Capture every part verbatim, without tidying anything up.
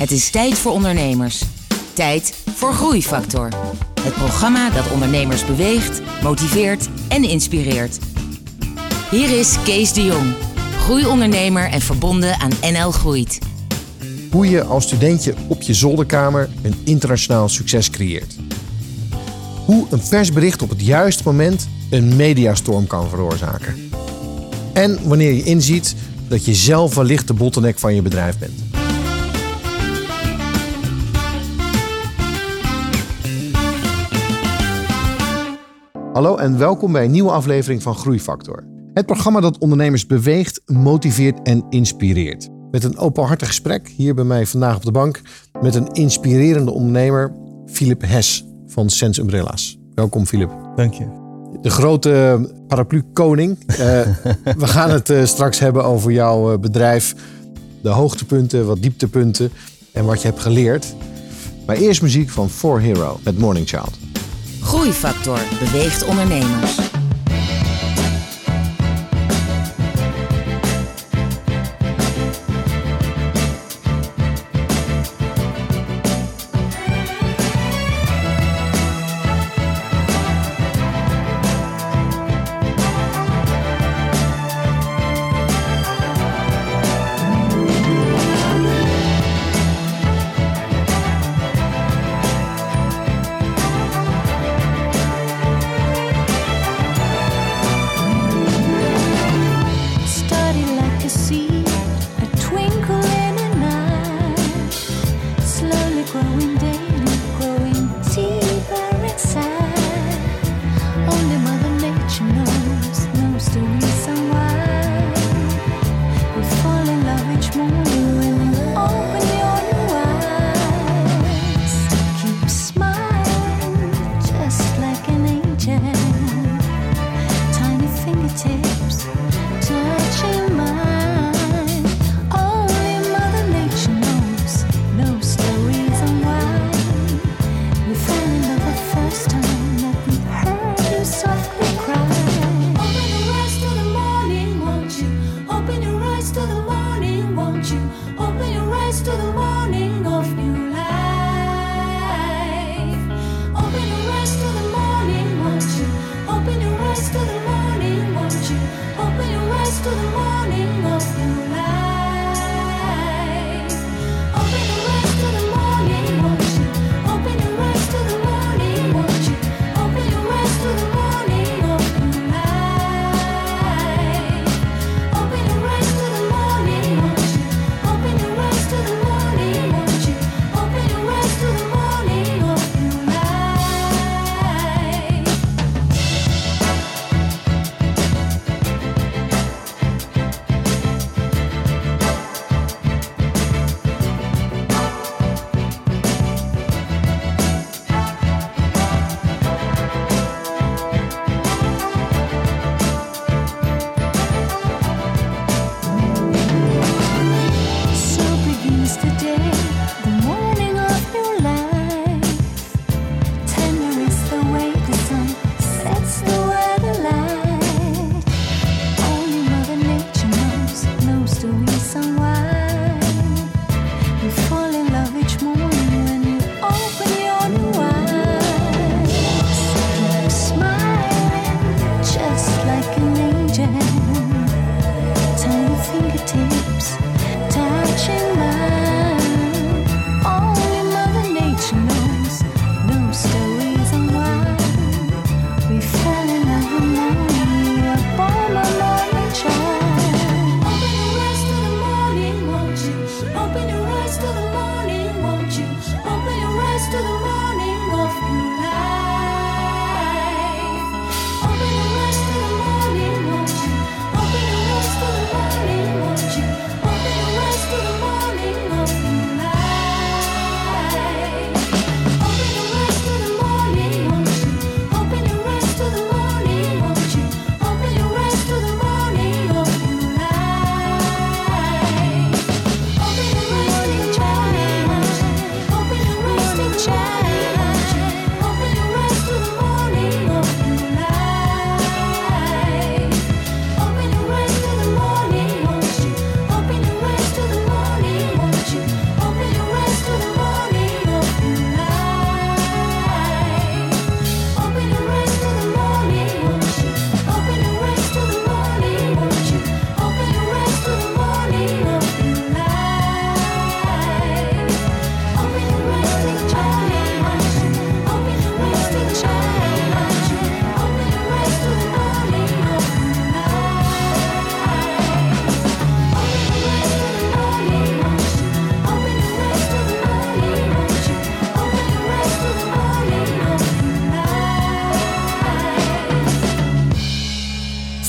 Het is tijd voor ondernemers. Tijd voor Groeifactor. Het programma dat ondernemers beweegt, motiveert en inspireert. Hier is Kees de Jong, groeiondernemer en verbonden aan N L Groeit. Hoe je als studentje op je zolderkamer een internationaal succes creëert. Hoe een persbericht op het juiste moment een mediastorm kan veroorzaken. En wanneer je inziet dat je zelf wellicht de bottleneck van je bedrijf bent. Hallo en welkom bij een nieuwe aflevering van Groeifactor. Het programma dat ondernemers beweegt, motiveert en inspireert. Met een openhartig gesprek hier bij mij vandaag op de bank met een inspirerende ondernemer, Philip Hes van Sense Umbrellas. Welkom Philip. Dank je. De grote paraplu-koning. Uh, we gaan het uh, straks hebben over jouw uh, bedrijf. De hoogtepunten, wat dieptepunten en wat je hebt geleerd. Maar eerst muziek van four hero met Morning Child. Groeifactor beweegt ondernemers.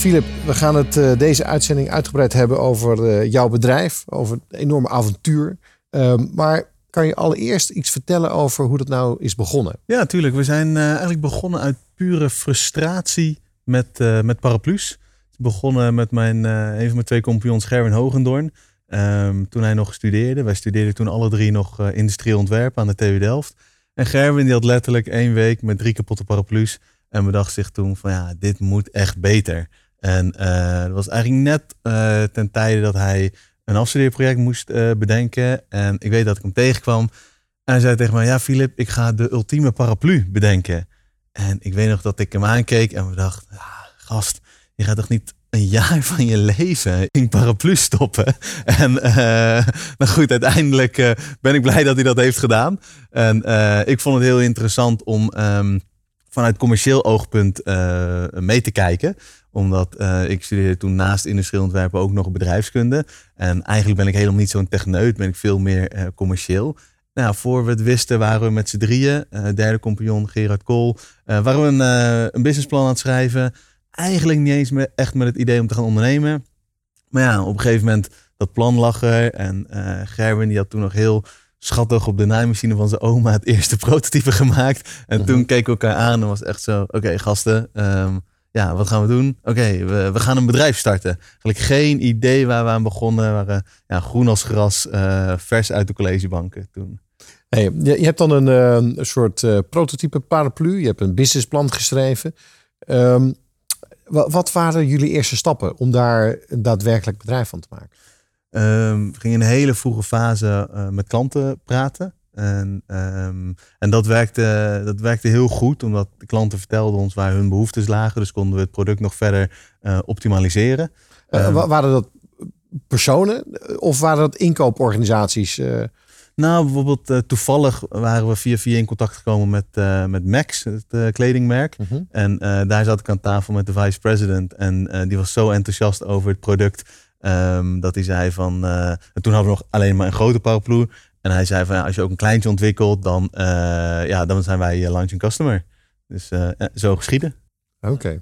Philip, we gaan het uh, deze uitzending uitgebreid hebben over uh, jouw bedrijf, over het enorme avontuur. Uh, maar kan je allereerst iets vertellen over hoe dat nou is begonnen? Ja, natuurlijk. We zijn uh, eigenlijk begonnen uit pure frustratie met, uh, met paraplu's. Het begonnen met mijn, uh, een van mijn twee compagnons, Gerwin Hogendoorn. Um, toen hij nog studeerde. Wij studeerden toen alle drie nog uh, industrieel ontwerp aan de T U Delft. En Gerwin die had letterlijk één week met drie kapotte paraplu's. En bedacht zich toen van ja, dit moet echt beter. En uh, dat was eigenlijk net uh, ten tijde dat hij een afstudeerproject moest uh, bedenken. En ik weet dat ik hem tegenkwam. En hij zei tegen mij, ja Philip, ik ga de ultieme paraplu bedenken. En ik weet nog dat ik hem aankeek en we dachten, ja, gast, je gaat toch niet een jaar van je leven in paraplu stoppen. En uh, nou goed, uiteindelijk uh, ben ik blij dat hij dat heeft gedaan. En uh, ik vond het heel interessant om um, vanuit commercieel oogpunt uh, mee te kijken. Omdat uh, ik studeerde toen naast industrieel ontwerpen ook nog bedrijfskunde. En eigenlijk ben ik helemaal niet zo'n techneut, ben ik veel meer uh, commercieel. Nou, voor we het wisten waren we met z'n drieën, uh, derde compagnon Gerard Kool, uh, waren we een, uh, een businessplan aan het schrijven. Eigenlijk niet eens met, echt met het idee om te gaan ondernemen. Maar ja, op een gegeven moment dat plan lag er. En uh, Gerwin die had toen nog heel schattig op de naaimachine van zijn oma het eerste prototype gemaakt. En uh-huh. Toen keken we elkaar aan en was echt zo, oké okay, gasten, um, ja, wat gaan we doen? Oké, okay, we, we gaan een bedrijf starten. Eigenlijk geen idee waar we aan begonnen. We waren ja, groen als gras, uh, vers uit de collegebanken toen. Hey, je, je hebt dan een, uh, een soort uh, prototype paraplu. Je hebt een businessplan geschreven. Um, Wat waren jullie eerste stappen om daar een daadwerkelijk bedrijf van te maken? Um, we gingen in een hele vroege fase uh, met klanten praten. En, um, en dat, werkte, dat werkte heel goed, omdat de klanten vertelden ons waar hun behoeftes lagen. Dus konden we het product nog verder uh, optimaliseren. Uh, um, waren dat personen of waren dat inkooporganisaties? Uh... Nou, bijvoorbeeld uh, toevallig waren we via via in contact gekomen met, uh, met Max, het uh, kledingmerk. Uh-huh. En uh, daar zat ik aan tafel met de vice-president. En uh, die was zo enthousiast over het product um, dat hij zei van... Uh, en toen hadden we nog alleen maar een grote paraplu. En hij zei van ja, als je ook een kleintje ontwikkelt, dan, uh, ja, dan zijn wij uh, launching customer. Dus uh, zo geschieden. Oké. Okay.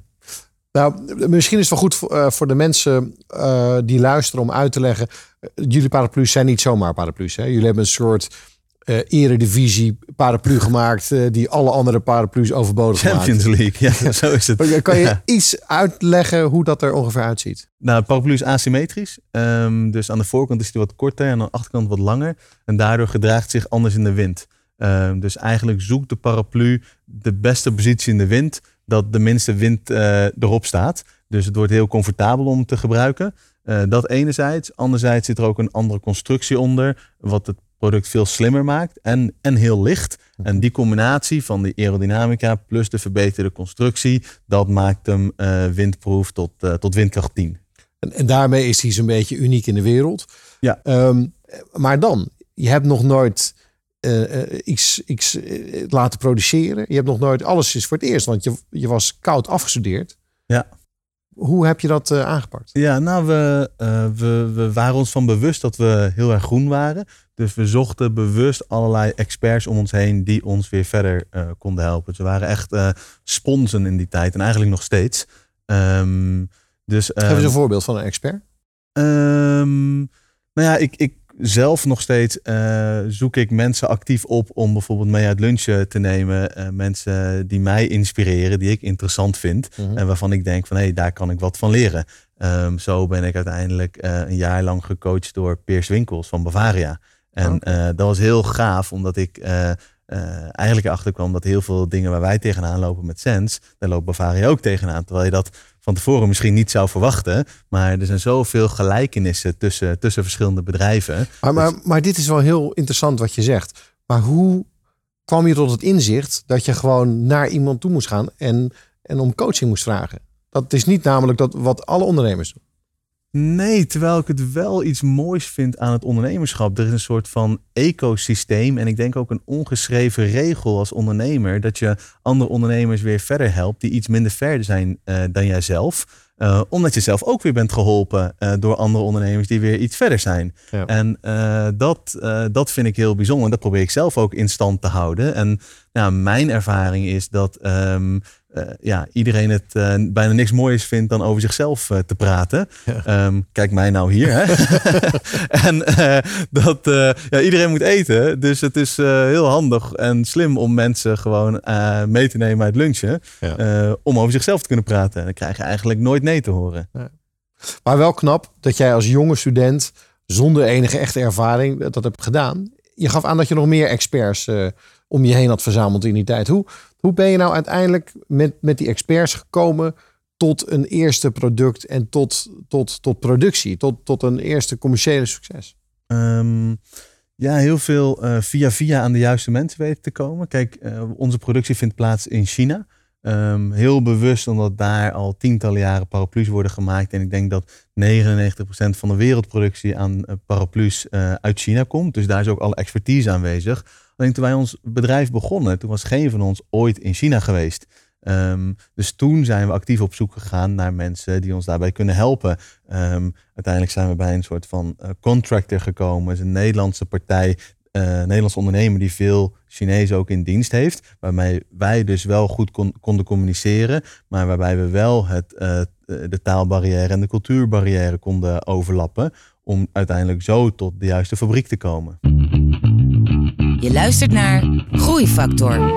Nou, misschien is het wel goed voor, uh, voor de mensen uh, die luisteren om uit te leggen. Uh, jullie paraplu's zijn niet zomaar paraplu's. Hè? Jullie hebben een soort uh, eredivisie paraplu gemaakt uh, die alle andere paraplu's overbodig maakt. Champions League, ja, zo is het. Kan je ja. iets uitleggen hoe dat er ongeveer uitziet? Nou, het paraplu is asymmetrisch. Um, dus aan de voorkant is hij wat korter en aan de achterkant wat langer. En daardoor gedraagt het zich anders in de wind. Um, dus eigenlijk zoekt de paraplu de beste positie in de wind, dat de minste wind uh, erop staat. Dus het wordt heel comfortabel om te gebruiken. Uh, dat enerzijds. Anderzijds zit er ook een andere constructie onder, wat het product veel slimmer maakt en, en heel licht. En die combinatie van die aerodynamica plus de verbeterde constructie, dat maakt hem uh, windproof tot, uh, tot windkracht tien. En, en daarmee is hij zo'n beetje uniek in de wereld. Ja. Um, maar dan, je hebt nog nooit uh, iets, iets uh, laten produceren. Je hebt nog nooit, alles is voor het eerst, want je, je was koud afgestudeerd. Ja. Hoe heb je dat uh, aangepakt? Ja, nou, we, uh, we, we waren ons van bewust dat we heel erg groen waren. Dus we zochten bewust allerlei experts om ons heen die ons weer verder uh, konden helpen. Dus we waren echt uh, sponsen in die tijd en eigenlijk nog steeds. Um, dus, um, Geef eens een voorbeeld van een expert. Um, nou ja, ik, ik zelf nog steeds uh, zoek ik mensen actief op om bijvoorbeeld mee uit lunchen te nemen. Uh, mensen die mij inspireren, die ik interessant vind. Uh-huh. En waarvan ik denk van hé, hey, daar kan ik wat van leren. Um, zo ben ik uiteindelijk uh, een jaar lang gecoacht door Piers Winkels van Bavaria. En okay. uh, dat was heel gaaf, omdat ik uh, uh, eigenlijk erachter kwam dat heel veel dingen waar wij tegenaan lopen met Sense, daar loopt Bavaria ook tegenaan. Terwijl je dat van tevoren misschien niet zou verwachten. Maar er zijn zoveel gelijkenissen tussen, tussen verschillende bedrijven. Maar, maar, maar dit is wel heel interessant wat je zegt. Maar hoe kwam je tot het inzicht dat je gewoon naar iemand toe moest gaan en, en om coaching moest vragen? Dat is niet namelijk dat wat alle ondernemers doen. Nee, terwijl ik het wel iets moois vind aan het ondernemerschap. Er is een soort van ecosysteem en ik denk ook een ongeschreven regel als ondernemer, dat je andere ondernemers weer verder helpt die iets minder verder zijn uh, dan jijzelf. Uh, omdat je zelf ook weer bent geholpen uh, door andere ondernemers die weer iets verder zijn. Ja. En uh, dat, uh, dat vind ik heel bijzonder. Dat probeer ik zelf ook in stand te houden. En Nou, mijn ervaring is dat um, uh, ja, iedereen het uh, bijna niks moois vindt dan over zichzelf uh, te praten. Ja. Um, kijk mij nou hier. Hè? en uh, dat uh, ja, iedereen moet eten. Dus het is uh, heel handig en slim om mensen gewoon uh, mee te nemen uit lunchen. Ja. Uh, om over zichzelf te kunnen praten. En dan krijg je eigenlijk nooit nee te horen. Ja. Maar wel knap dat jij als jonge student zonder enige echte ervaring dat hebt gedaan. Je gaf aan dat je nog meer experts uh, om je heen had verzameld in die tijd. Hoe, hoe ben je nou uiteindelijk met, met die experts gekomen tot een eerste product en tot, tot, tot productie, tot, tot een eerste commerciële succes? Um, ja, heel veel uh, via via aan de juiste mensen weten te komen. Kijk, uh, onze productie vindt plaats in China. Um, heel bewust omdat daar al tientallen jaren paraplu's worden gemaakt. En ik denk dat negenennegentig procent van de wereldproductie aan uh, paraplu's uh, uit China komt. Dus daar is ook alle expertise aanwezig. Alleen toen wij ons bedrijf begonnen, toen was geen van ons ooit in China geweest. Um, dus toen zijn we actief op zoek gegaan naar mensen die ons daarbij kunnen helpen. Um, uiteindelijk zijn we bij een soort van uh, contractor gekomen. Dat is een Nederlandse partij. Uh, een Nederlandse ondernemer die veel Chinezen ook in dienst heeft. Waarmee wij dus wel goed kon, konden communiceren. Maar waarbij we wel het, uh, de taalbarrière en de cultuurbarrière konden overlappen. Om uiteindelijk zo tot de juiste fabriek te komen. Je luistert naar Groeifactor.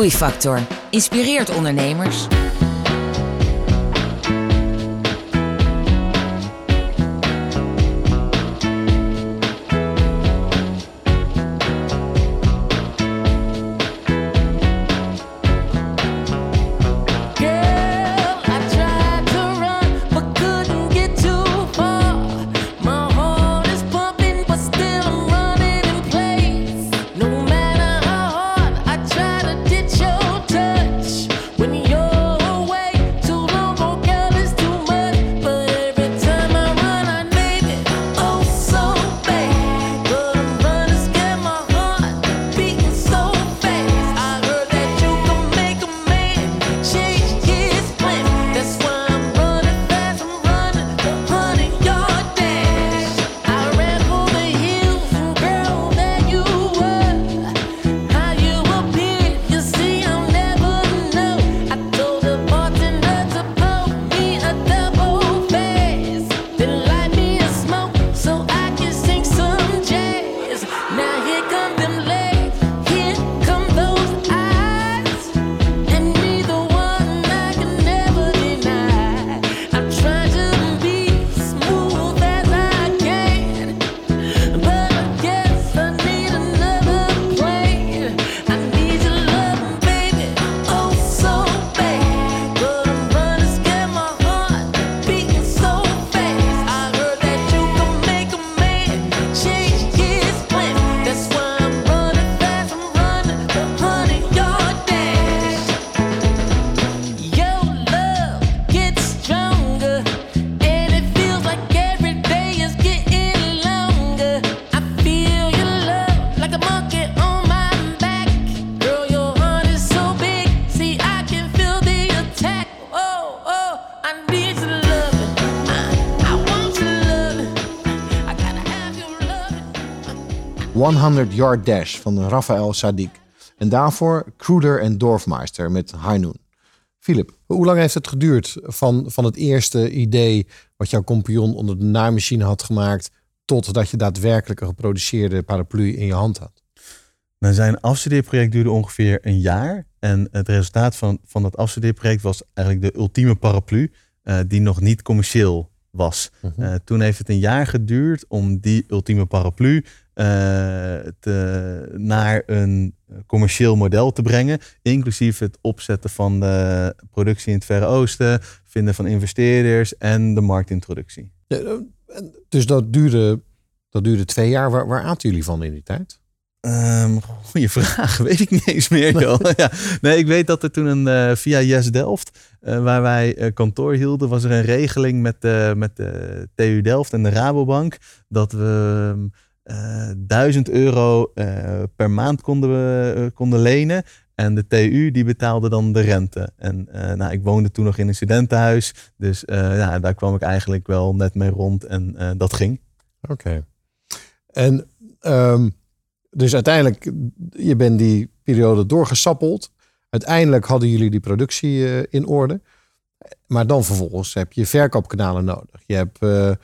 Groeifactor inspireert ondernemers. honderd Yard Dash van Raphaël Saadiq. En daarvoor Kruder en Dorfmeister met High Noon. Philip, hoe lang heeft het geduurd van, van het eerste idee wat jouw compagnon onder de naaimachine had gemaakt, totdat je daadwerkelijk een geproduceerde paraplu in je hand had? Nou, zijn afstudeerproject duurde ongeveer een jaar. En het resultaat van, van dat afstudeerproject was eigenlijk de ultieme paraplu, uh, die nog niet commercieel was. Uh-huh. Uh, toen heeft het een jaar geduurd om die ultieme paraplu uh, te, naar een commercieel model te brengen. Inclusief het opzetten van de productie in het Verre Oosten, vinden van investeerders en de marktintroductie. Ja, dus dat duurde, dat duurde twee jaar. Waar, waar aten jullie van in die tijd? Um, goeie vraag, weet ik niet eens meer. Joh. Ja. Nee, ik weet dat er toen een, uh, via Yes Delft, uh, waar wij uh, kantoor hielden, was er een regeling met, uh, met de T U Delft en de Rabobank, dat we uh, duizend euro uh, per maand konden, we, uh, konden lenen. En de T U die betaalde dan de rente. En uh, nou, ik woonde toen nog in een studentenhuis, dus uh, ja, daar kwam ik eigenlijk wel net mee rond en uh, dat ging. Oké. Okay. En um... Dus uiteindelijk, je bent die periode doorgesappeld. Uiteindelijk hadden jullie die productie uh, in orde. Maar dan vervolgens heb je verkoopkanalen nodig. Je hebt, uh, uh,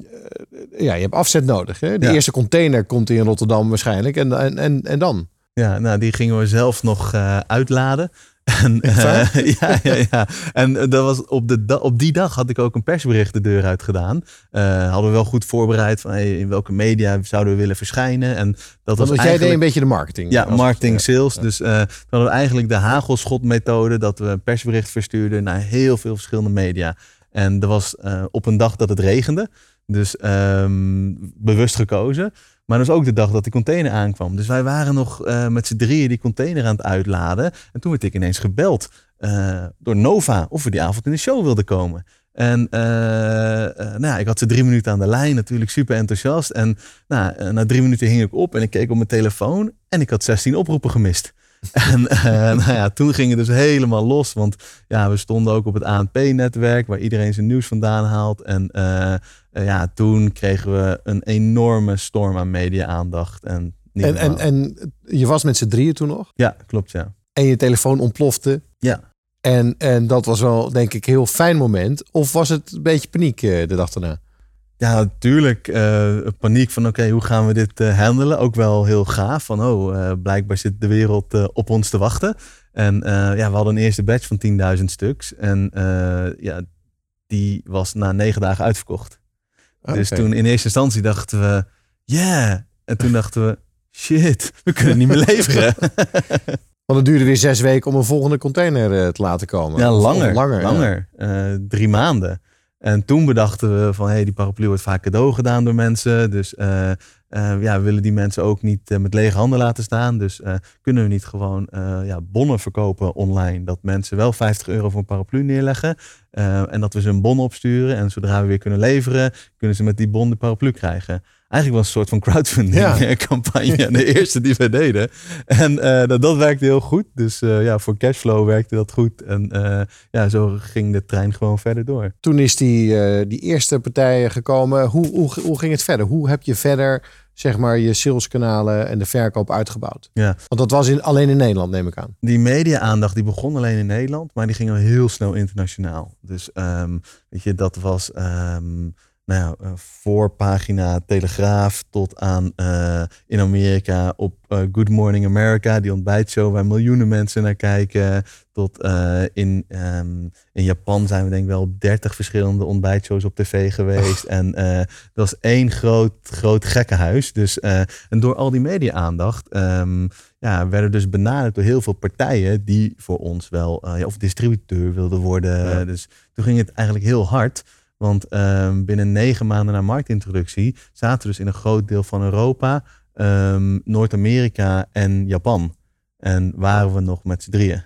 ja, je hebt afzet nodig. Hè? De ja. eerste container komt in Rotterdam waarschijnlijk. En, en, en, en dan? Ja, nou die gingen we zelf nog uh, uitladen. En, uh, ja, ja, ja. En dat was op, de, op die dag had ik ook een persbericht de deur uit gedaan. Uh, hadden we wel goed voorbereid van hey, in welke media zouden we willen verschijnen. En dat was Want jij deed een beetje de marketing. Ja, marketing, het, sales. Ja. Dus uh, we hadden eigenlijk de hagelschotmethode dat we een persbericht verstuurden naar heel veel verschillende media. En dat was uh, op een dag dat het regende. Dus um, bewust gekozen. Maar dat was ook de dag dat die container aankwam. Dus wij waren nog uh, met z'n drieën die container aan het uitladen. En toen werd ik ineens gebeld uh, door Nova of we die avond in de show wilden komen. En uh, uh, nou ja, ik had ze drie minuten aan de lijn, natuurlijk super enthousiast. En nou, uh, na drie minuten hing ik op en ik keek op mijn telefoon en ik had zestien oproepen gemist. En uh, nou ja, toen ging het dus helemaal los. Want ja, we stonden ook op het A N P-netwerk waar iedereen zijn nieuws vandaan haalt. En uh, uh, ja, toen kregen we een enorme storm aan media-aandacht. En, en, en, en je was met z'n drieën toen nog? Ja, klopt, ja. En je telefoon ontplofte? Ja. En, en dat was wel, denk ik, een heel fijn moment. Of was het een beetje paniek uh, de dag daarna? Ja, natuurlijk. Uh, paniek van oké, okay, hoe gaan we dit uh, handelen? Ook wel heel gaaf van oh, uh, blijkbaar zit de wereld uh, op ons te wachten. En uh, ja, we hadden een eerste batch van tienduizend stuks. En uh, ja, die was na negen dagen uitverkocht. Okay. Dus toen in eerste instantie dachten we, yeah. En toen dachten we, shit, we kunnen niet meer leveren. Want het duurde weer zes weken om een volgende container uh, te laten komen. Ja, langer. Of langer, langer. Ja. Uh, drie maanden. En toen bedachten we van, hé, hey, die paraplu wordt vaak cadeau gedaan door mensen. Dus uh, uh, ja, we willen die mensen ook niet uh, met lege handen laten staan. Dus uh, kunnen we niet gewoon uh, ja, bonnen verkopen online. Dat mensen wel vijftig euro voor een paraplu neerleggen. Uh, en dat we ze een bon opsturen. En zodra we weer kunnen leveren, kunnen ze met die bon de paraplu krijgen. Eigenlijk was het een soort van crowdfunding ja. campagne. Ja. De eerste die we deden. En uh, dat, dat werkte heel goed. Dus uh, ja, voor cashflow werkte dat goed. En uh, ja, zo ging de trein gewoon verder door. Toen is die, uh, die eerste partij gekomen. Hoe, hoe, hoe ging het verder? Hoe heb je verder zeg maar je saleskanalen en de verkoop uitgebouwd? Ja. Want dat was in, alleen in Nederland, neem ik aan. Die media-aandacht die begon alleen in Nederland. Maar die ging al heel snel internationaal. Dus um, weet je, dat was... Um, Nou ja, voorpagina Telegraaf tot aan uh, in Amerika op uh, Good Morning America, die ontbijtshow waar miljoenen mensen naar kijken. Tot uh, in, um, in Japan zijn we denk ik wel op dertig verschillende ontbijtshows op tv geweest. Oh. En uh, dat was één groot, groot gekkenhuis. Dus, uh, en door al die media-aandacht um, ja, werden dus benaderd door heel veel partijen die voor ons wel, uh, ja, of distributeur wilden worden. Ja. Dus toen ging het eigenlijk heel hard. Want um, binnen negen maanden na marktintroductie zaten we dus in een groot deel van Europa, um, Noord-Amerika en Japan. En waren we nog met z'n drieën.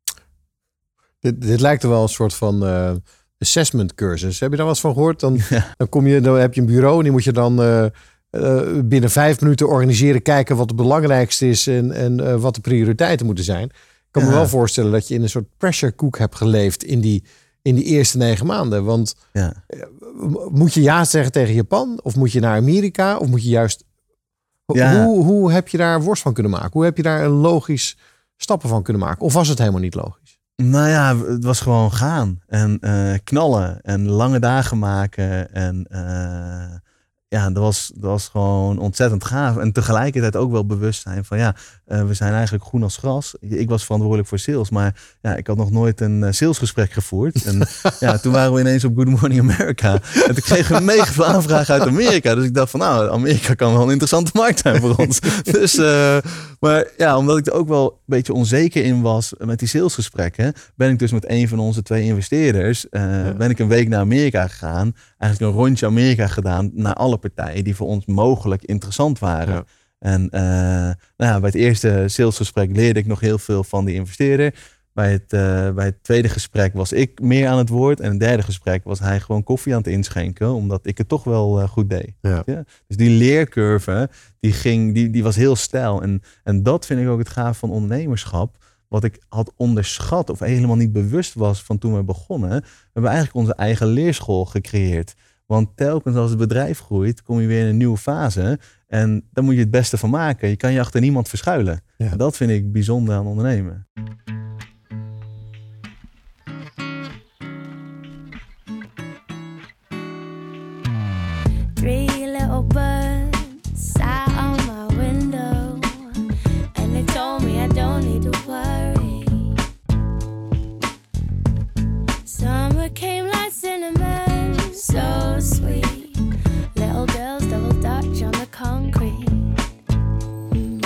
Dit, dit lijkt er wel een soort van uh, assessment cursus. Heb je daar wat van gehoord? Dan, ja. dan, kom je, dan heb je een bureau en die moet je dan uh, uh, binnen vijf minuten organiseren, kijken wat het belangrijkste is en, en uh, wat de prioriteiten moeten zijn. Ik kan ja. me wel voorstellen dat je in een soort pressure cook hebt geleefd in die... in die eerste negen maanden. Want ja. moet je ja zeggen tegen Japan? Of moet je naar Amerika? Of moet je juist... Ja. Hoe, hoe heb je daar worst van kunnen maken? Hoe heb je daar een logisch stappen van kunnen maken? Of was het helemaal niet logisch? Nou ja, het was gewoon gaan. En uh, knallen. En lange dagen maken. En uh, ja, dat was, dat was gewoon ontzettend gaaf. En tegelijkertijd ook wel bewust zijn van ja, uh, we zijn eigenlijk groen als gras. Ik was verantwoordelijk voor sales, maar ja, ik had nog nooit een uh, salesgesprek gevoerd. En ja, toen waren we ineens op Good Morning America. En toen kregen we mega veel aanvragen uit Amerika. Dus ik dacht van nou, Amerika kan wel een interessante markt zijn voor ons. Dus, uh, maar ja, omdat ik er ook wel een beetje onzeker in was met die salesgesprekken, ben ik dus met een van onze twee investeerders, uh, ja. ben ik een week naar Amerika gegaan. Eigenlijk een rondje Amerika gedaan naar alle partijen die voor ons mogelijk interessant waren. Ja. En uh, nou ja, bij het eerste salesgesprek leerde ik nog heel veel van die investeerder. Bij het, uh, bij het tweede gesprek was ik meer aan het woord. En het derde gesprek was hij gewoon koffie aan het inschenken. Omdat ik het toch wel uh, goed deed. Ja. Ja? Dus die leercurve, die, ging, die, die was heel steil. En, en dat vind ik ook het gaaf van ondernemerschap. Wat ik had onderschat of helemaal niet bewust was van toen we begonnen. We hebben eigenlijk onze eigen leerschool gecreëerd. Want telkens als het bedrijf groeit, kom je weer in een nieuwe fase. En daar moet je het beste van maken. Je kan je achter niemand verschuilen. Ja. En dat vind ik bijzonder aan ondernemen. Three little birds sat on my window. And they told me I don't need to worry. Summer came like cinnamon, so sweet. Little girls double dutch on the concrete. Mm.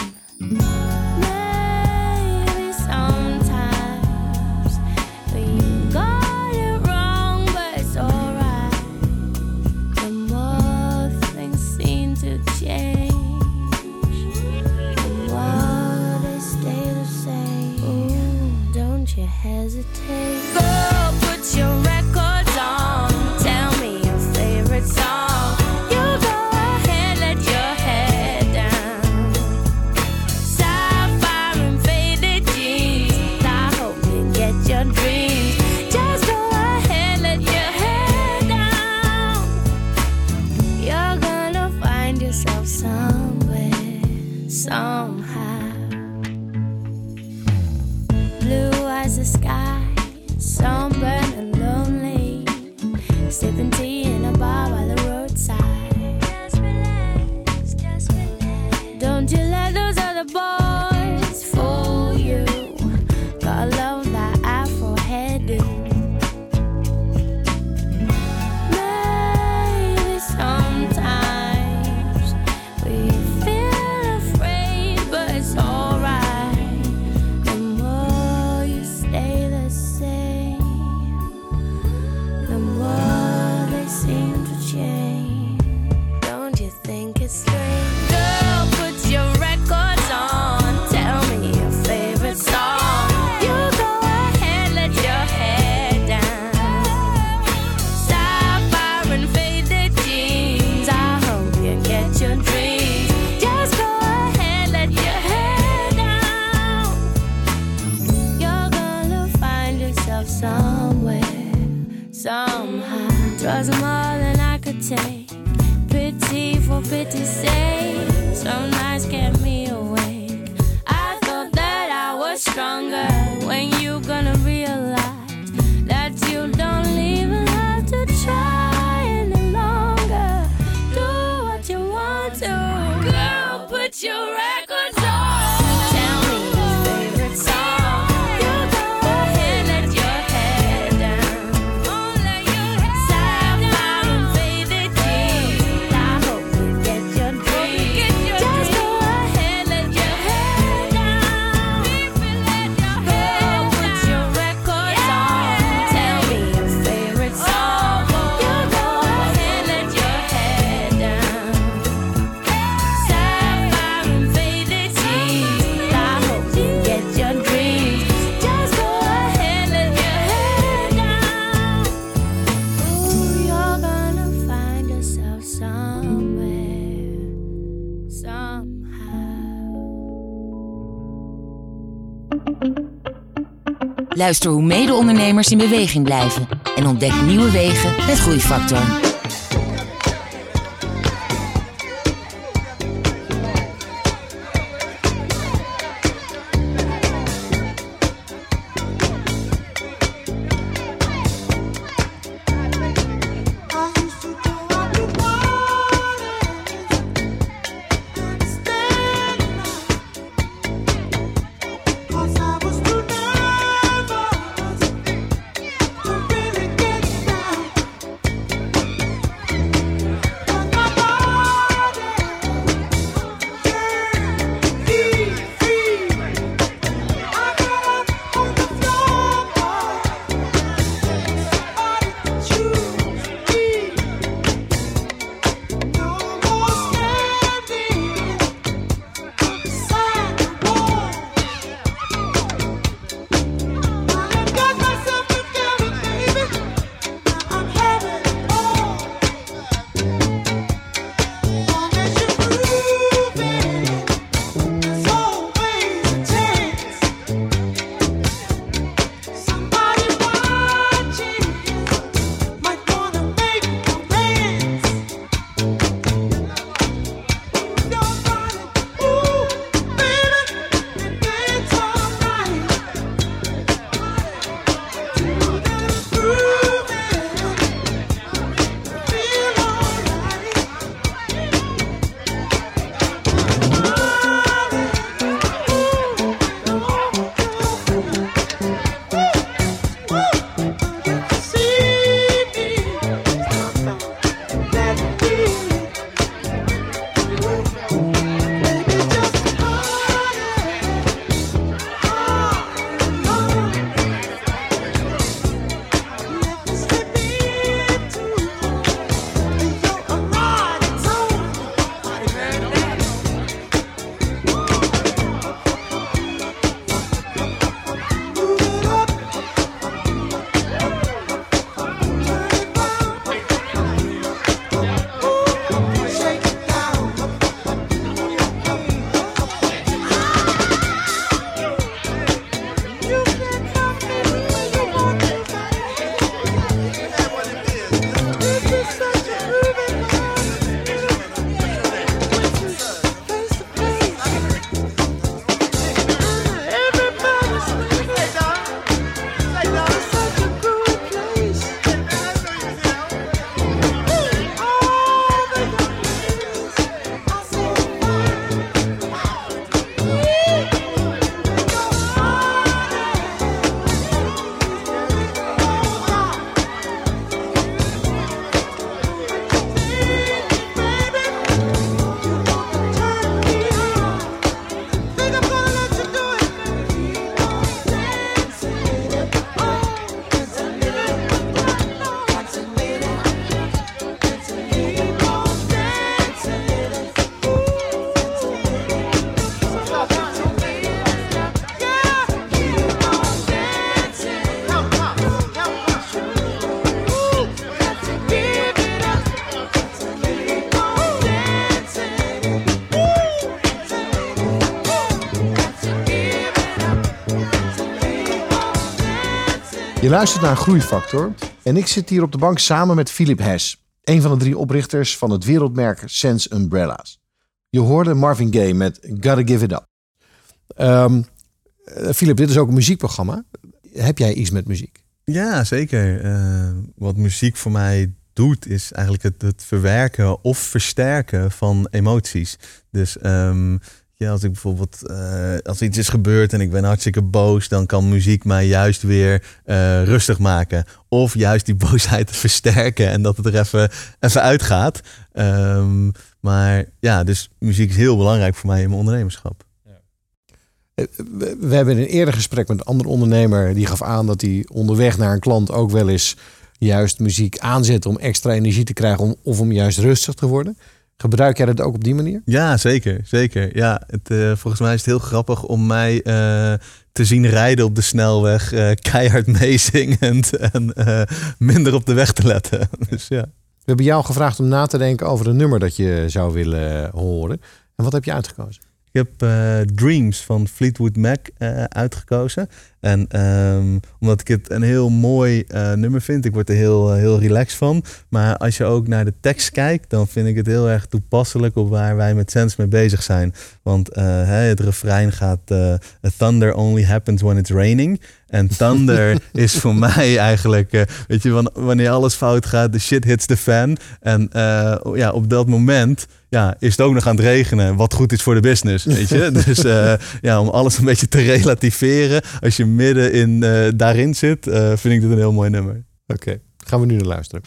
Maybe sometimes you got it wrong, but it's alright. The more things seem to change, the more they stay the same. Ooh, don't you hesitate. Go put your records on. Tell me your favorite song. You go ahead, let your head down. Sapphire and faded jeans. I hope you get your dreams. Just go ahead, let your head down. You're gonna find yourself somewhere, somehow. Blue as the sky, sunburned and lonely, sipping tea in a bar by the roadside. Just relax, just relax. Don't you let those other boys fool you. Got drugs are more than I could take. Pity for pity's sake. Some nights kept me awake. I thought that I was stronger. When you gonna realize that you don't even have to try any longer? Do what you want to. Girl, put your records on. Tell me your favorite song. You go ahead, let your head down. Oh, let your head Sapphire and faded jeans. I hope you get your dreams. Just go ahead, let your head down. Girl, put your records on. Tell me your favorite song. You go ahead, let your head down. Sapphire and faded jeans. I hope you get your dreams. Just go ahead, let your head down. Ooh, you're gonna find yourself somewhere, somehow. Luister hoe mede-ondernemers in beweging blijven en ontdek nieuwe wegen met Groeifactor. Je luistert naar Groeifactor En ik zit hier op de bank samen met Philip Hess, een van de drie oprichters van het wereldmerk Sense Umbrellas. Je hoorde Marvin Gaye met Gotta Give It Up. Um, Philip, dit is ook een muziekprogramma. Heb jij iets met muziek? Ja, zeker. Uh, wat muziek voor mij doet, is eigenlijk het, het verwerken of versterken van emoties. Dus um, ja, als ik bijvoorbeeld uh, als iets is gebeurd en ik ben hartstikke boos, dan kan muziek mij juist weer uh, rustig maken. Of juist die boosheid versterken en dat het er even, even uitgaat. Um, maar ja, dus muziek is heel belangrijk voor mij in mijn ondernemerschap. We hebben in een eerder gesprek met een andere ondernemer die gaf aan dat hij onderweg naar een klant ook wel eens juist muziek aanzet om extra energie te krijgen om, of om juist rustig te worden. Gebruik jij dat ook op die manier? Ja, zeker. zeker. Ja, het, uh, volgens mij is het heel grappig om mij uh, te zien rijden op de snelweg, uh, keihard meezingend en uh, minder op de weg te letten. Dus, ja. We hebben jou gevraagd om na te denken over een nummer dat je zou willen horen. En wat heb je uitgekozen? Ik heb uh, Dreams van Fleetwood Mac uh, uitgekozen. En um, omdat ik het een heel mooi uh, nummer vind. Ik word er heel, uh, heel relaxed van. Maar als je ook naar de tekst kijkt, dan vind ik het heel erg toepasselijk op waar wij met Sense mee bezig zijn. Want uh, het refrein gaat uh, A thunder only happens when it's raining. En thunder is voor mij eigenlijk, uh, weet je, wanneer alles fout gaat, de shit hits the fan. En uh, ja, op dat moment ja, is het ook nog aan het regenen, wat goed is voor de business, weet je. Dus uh, ja, om alles een beetje te relativeren, als je midden in uh, daarin zit, uh, vind ik dit een heel mooi nummer. Oké, okay. Gaan we nu naar luisteren.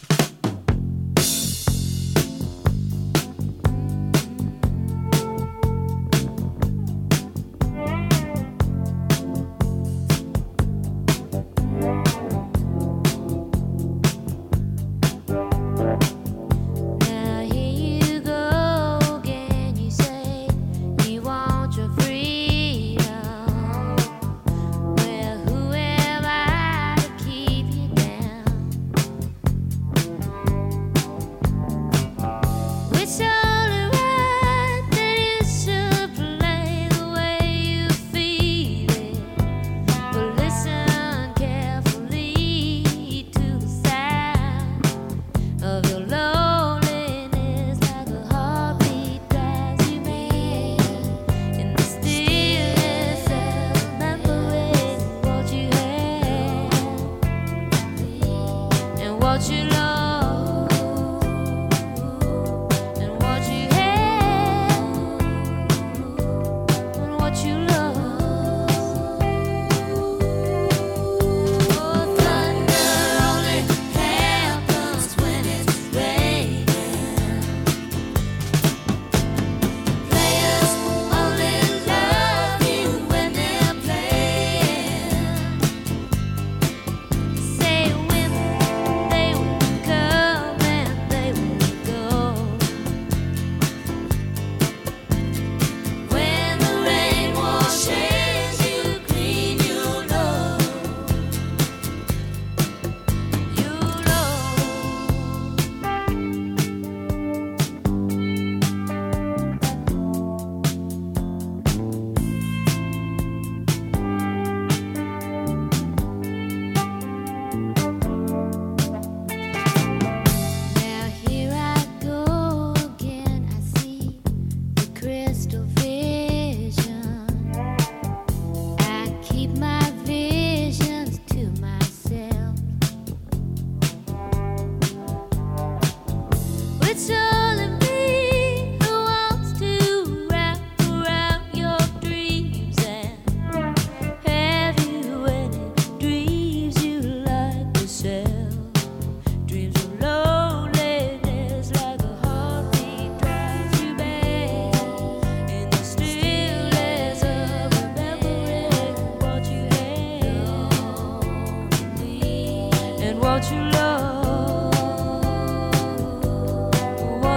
what you love,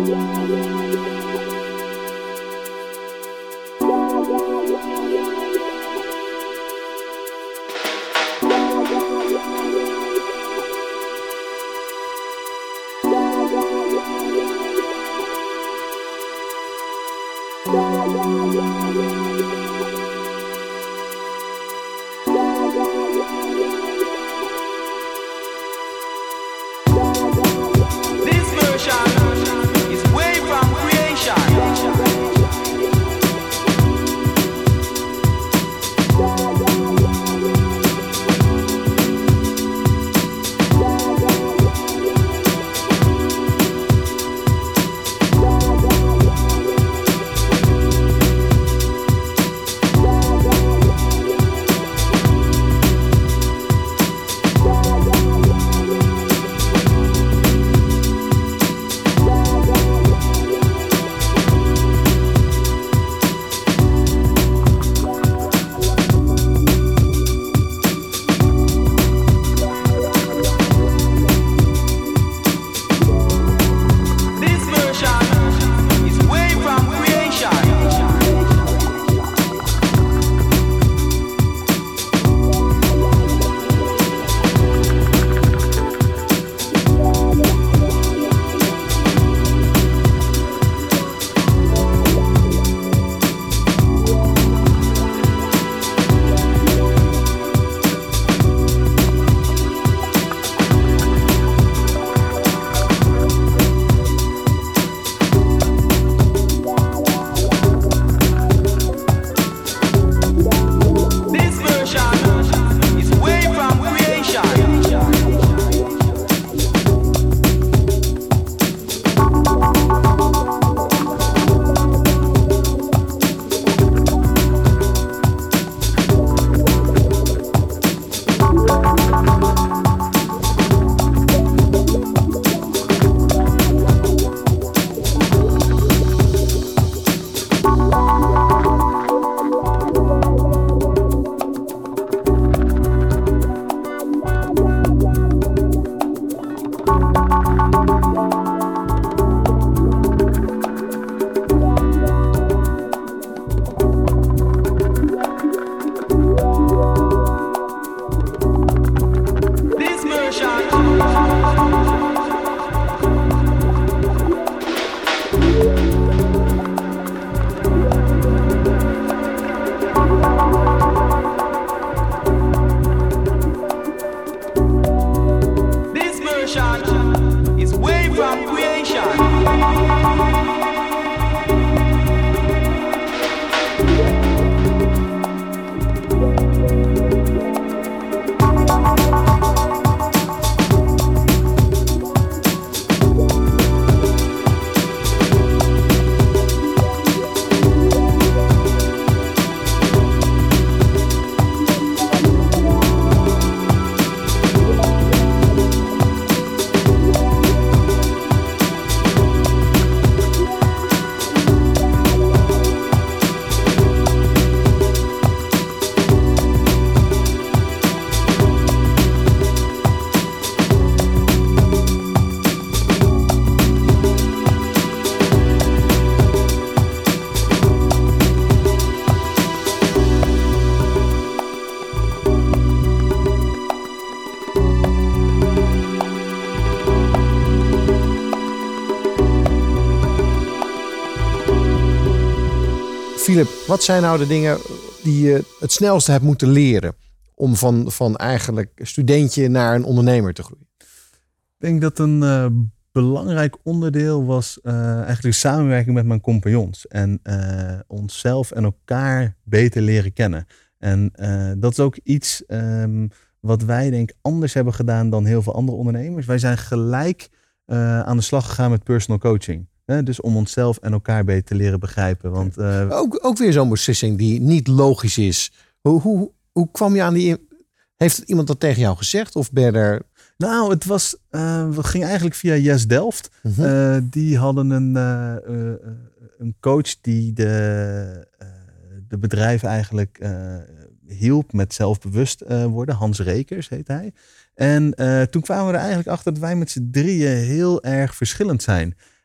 Philip, wat zijn nou de dingen die je het snelste hebt moeten leren om van, van eigenlijk studentje naar een ondernemer te groeien? Ik denk dat een uh, belangrijk onderdeel was uh, eigenlijk de samenwerking met mijn compagnons. En uh, onszelf en elkaar beter leren kennen. En uh, dat is ook iets um, wat wij denk ik anders hebben gedaan dan heel veel andere ondernemers. Wij zijn gelijk uh, aan de slag gegaan met personal coaching. Hè? Dus om onszelf en elkaar beter te leren begrijpen. Want, uh, ook, ook weer zo'n beslissing die niet logisch is. Hoe, hoe, hoe kwam je aan die... Heeft iemand dat tegen jou gezegd? Of ben je er... Nou, het was, uh, we gingen eigenlijk via Yes Delft. Uh-huh. Uh, die hadden een, uh, uh, een coach die de, uh, de bedrijven eigenlijk uh, hielp met zelfbewust uh, worden. Hans Rekers heet hij. En uh, toen kwamen we er eigenlijk achter dat wij met z'n drieën heel erg verschillend zijn.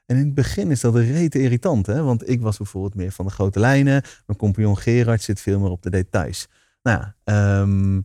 En in het begin is dat rete irritant, hè? Want ik was bijvoorbeeld meer van de grote lijnen. Mijn compagnon Gerard zit veel meer op de details. Nou ja, um,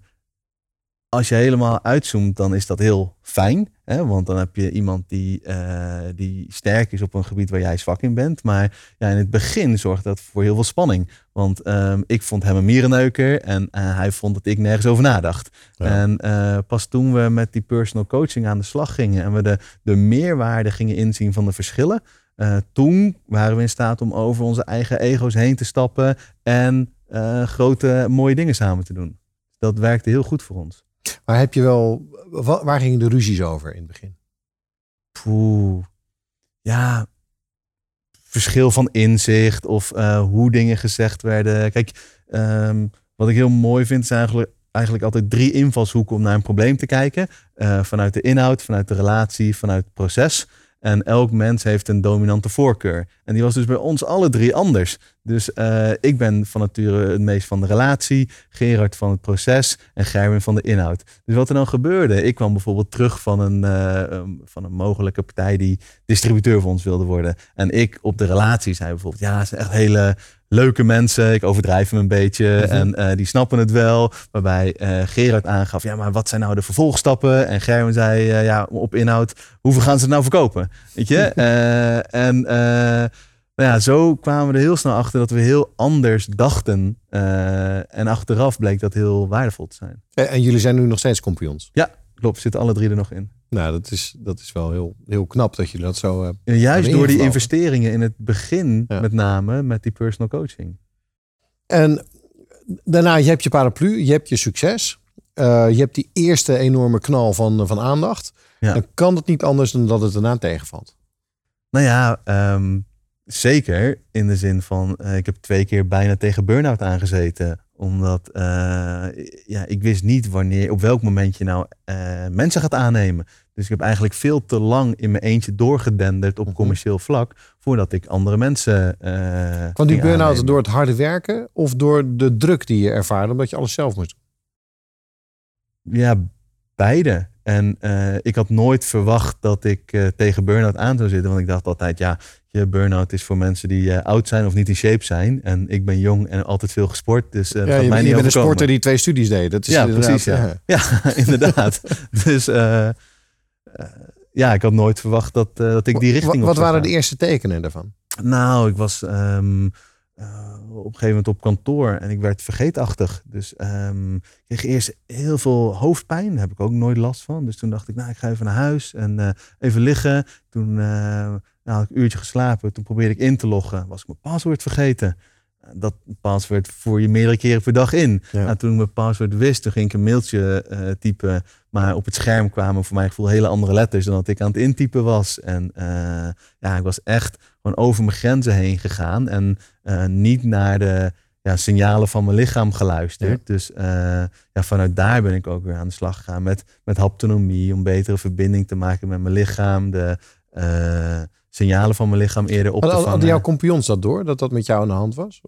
als je helemaal uitzoomt, dan is dat heel fijn. Hè? Want dan heb je iemand die, uh, die sterk is op een gebied waar jij zwak in bent. Maar ja, in het begin zorgde dat voor heel veel spanning. Want um, ik vond hem een mierenneuker en uh, hij vond dat ik nergens over nadacht. Ja. En uh, pas toen we met die personal coaching aan de slag gingen en we de, de meerwaarde gingen inzien van de verschillen. Uh, toen waren we in staat om over onze eigen ego's heen te stappen en uh, grote mooie dingen samen te doen. Dat werkte heel goed voor ons. Maar heb je wel, waar gingen de ruzies over in het begin? Poeh, ja, verschil van inzicht of uh, hoe dingen gezegd werden. Kijk, um, wat ik heel mooi vind, zijn eigenlijk, eigenlijk altijd drie invalshoeken om naar een probleem te kijken. Uh, vanuit de inhoud, vanuit de relatie, vanuit het proces. En elk mens heeft een dominante voorkeur. En die was dus bij ons alle drie anders. Dus uh, ik ben van nature het meest van de relatie, Gerard van het proces en Gerwin van de inhoud. Dus wat er dan gebeurde, ik kwam bijvoorbeeld terug van een, uh, um, van een mogelijke partij die distributeur voor ons wilde worden. En ik op de relatie zei bijvoorbeeld, ja, ze zijn echt hele leuke mensen. Ik overdrijf hem een beetje mm-hmm. en uh, die snappen het wel. Waarbij uh, Gerard aangaf, ja, maar wat zijn nou de vervolgstappen? En Gerwin zei, uh, ja, op inhoud, hoeveel gaan ze het nou verkopen? Weet je? uh, en uh, nou ja, zo kwamen we er heel snel achter dat we heel anders dachten. Uh, en achteraf bleek dat heel waardevol te zijn. En, en jullie zijn nu nog steeds compagnons? Ja, klopt. Zitten alle drie er nog in. Nou, dat is, dat is wel heel, heel knap dat jullie dat zo... Uh, en juist door die investeringen in het begin, ja. met name met die personal coaching. En daarna, je hebt je paraplu, je hebt je succes. Uh, je hebt die eerste enorme knal van, van aandacht. Ja. Dan kan het niet anders dan dat het daarna tegenvalt. Nou ja, um, zeker in de zin van... Uh, ik heb twee keer bijna tegen burn-out aangezeten. Omdat uh, ja, ik wist niet wanneer, op welk moment je nou uh, mensen gaat aannemen. Dus ik heb eigenlijk veel te lang in mijn eentje doorgedenderd op commercieel vlak. Voordat ik andere mensen uh, Kwam die burn-out aannemen. Door het harde werken of door de druk die je ervaarde omdat je alles zelf moest doen? Ja, beide. En uh, ik had nooit verwacht dat ik uh, tegen burn-out aan zou zitten. Want ik dacht altijd, ja, je burn-out is voor mensen die uh, oud zijn of niet in shape zijn. En ik ben jong en altijd veel gesport. Dus uh, dat ja, gaat je, mij je niet bent overkomen. een sporter die twee studies deed. Dat is ja, precies. Ja, ja. ja inderdaad. Dus uh, uh, ja, ik had nooit verwacht dat, uh, dat ik die richting op Wat waren gaan. de eerste tekenen daarvan? Nou, ik was um, uh, op een gegeven moment op kantoor en ik werd vergeetachtig. Dus um, ik kreeg eerst heel veel hoofdpijn. Daar heb ik ook nooit last van. Dus toen dacht ik, nou, ik ga even naar huis en uh, even liggen. Toen uh, nou, had ik een uurtje geslapen. Toen probeerde ik in te loggen. Was ik mijn paswoord vergeten. Dat paswoord voer je meerdere keren per dag in. Ja. Nou, toen ik mijn paswoord wist, toen ging ik een mailtje uh, typen. Maar op het scherm kwamen voor mijn gevoel hele andere letters dan dat ik aan het intypen was. En uh, ja, ik was echt gewoon over mijn grenzen heen gegaan. En uh, niet naar de ja, signalen van mijn lichaam geluisterd. Ja. Dus uh, ja, vanuit daar ben ik ook weer aan de slag gegaan met, met haptonomie. Om betere verbinding te maken met mijn lichaam. De uh, signalen van mijn lichaam eerder op te vangen. Hadden jouw compagnons dat door? Dat dat met jou aan de hand was?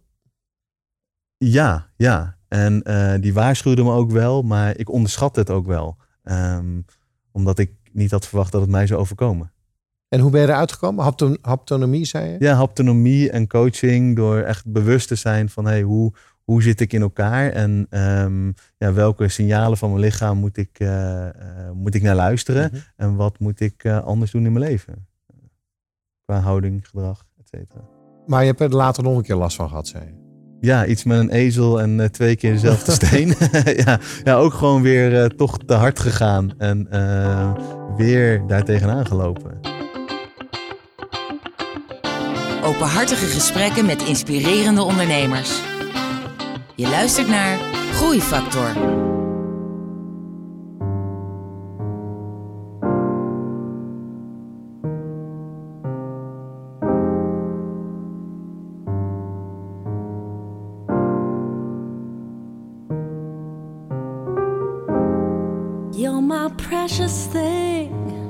Ja, ja. En uh, die waarschuwden me ook wel. Maar ik onderschat het ook wel. Um, omdat ik niet had verwacht dat het mij zou overkomen. En hoe ben je eruit gekomen? Hapton- haptonomie, zei je? Ja, haptonomie en coaching. Door echt bewust te zijn van hey, hoe, hoe zit ik in elkaar? En um, ja, welke signalen van mijn lichaam moet ik, uh, uh, moet ik naar luisteren? Mm-hmm. En wat moet ik uh, anders doen in mijn leven? Qua houding, gedrag, et cetera. Maar je hebt er later nog een keer last van gehad, zei je? Ja, iets met een ezel en uh, twee keer dezelfde steen. ja, ja, ook gewoon weer uh, toch te hard gegaan. En uh, weer daar tegenaan gelopen. Openhartige gesprekken met inspirerende ondernemers. Je luistert naar Groeifactor. You're my precious thing.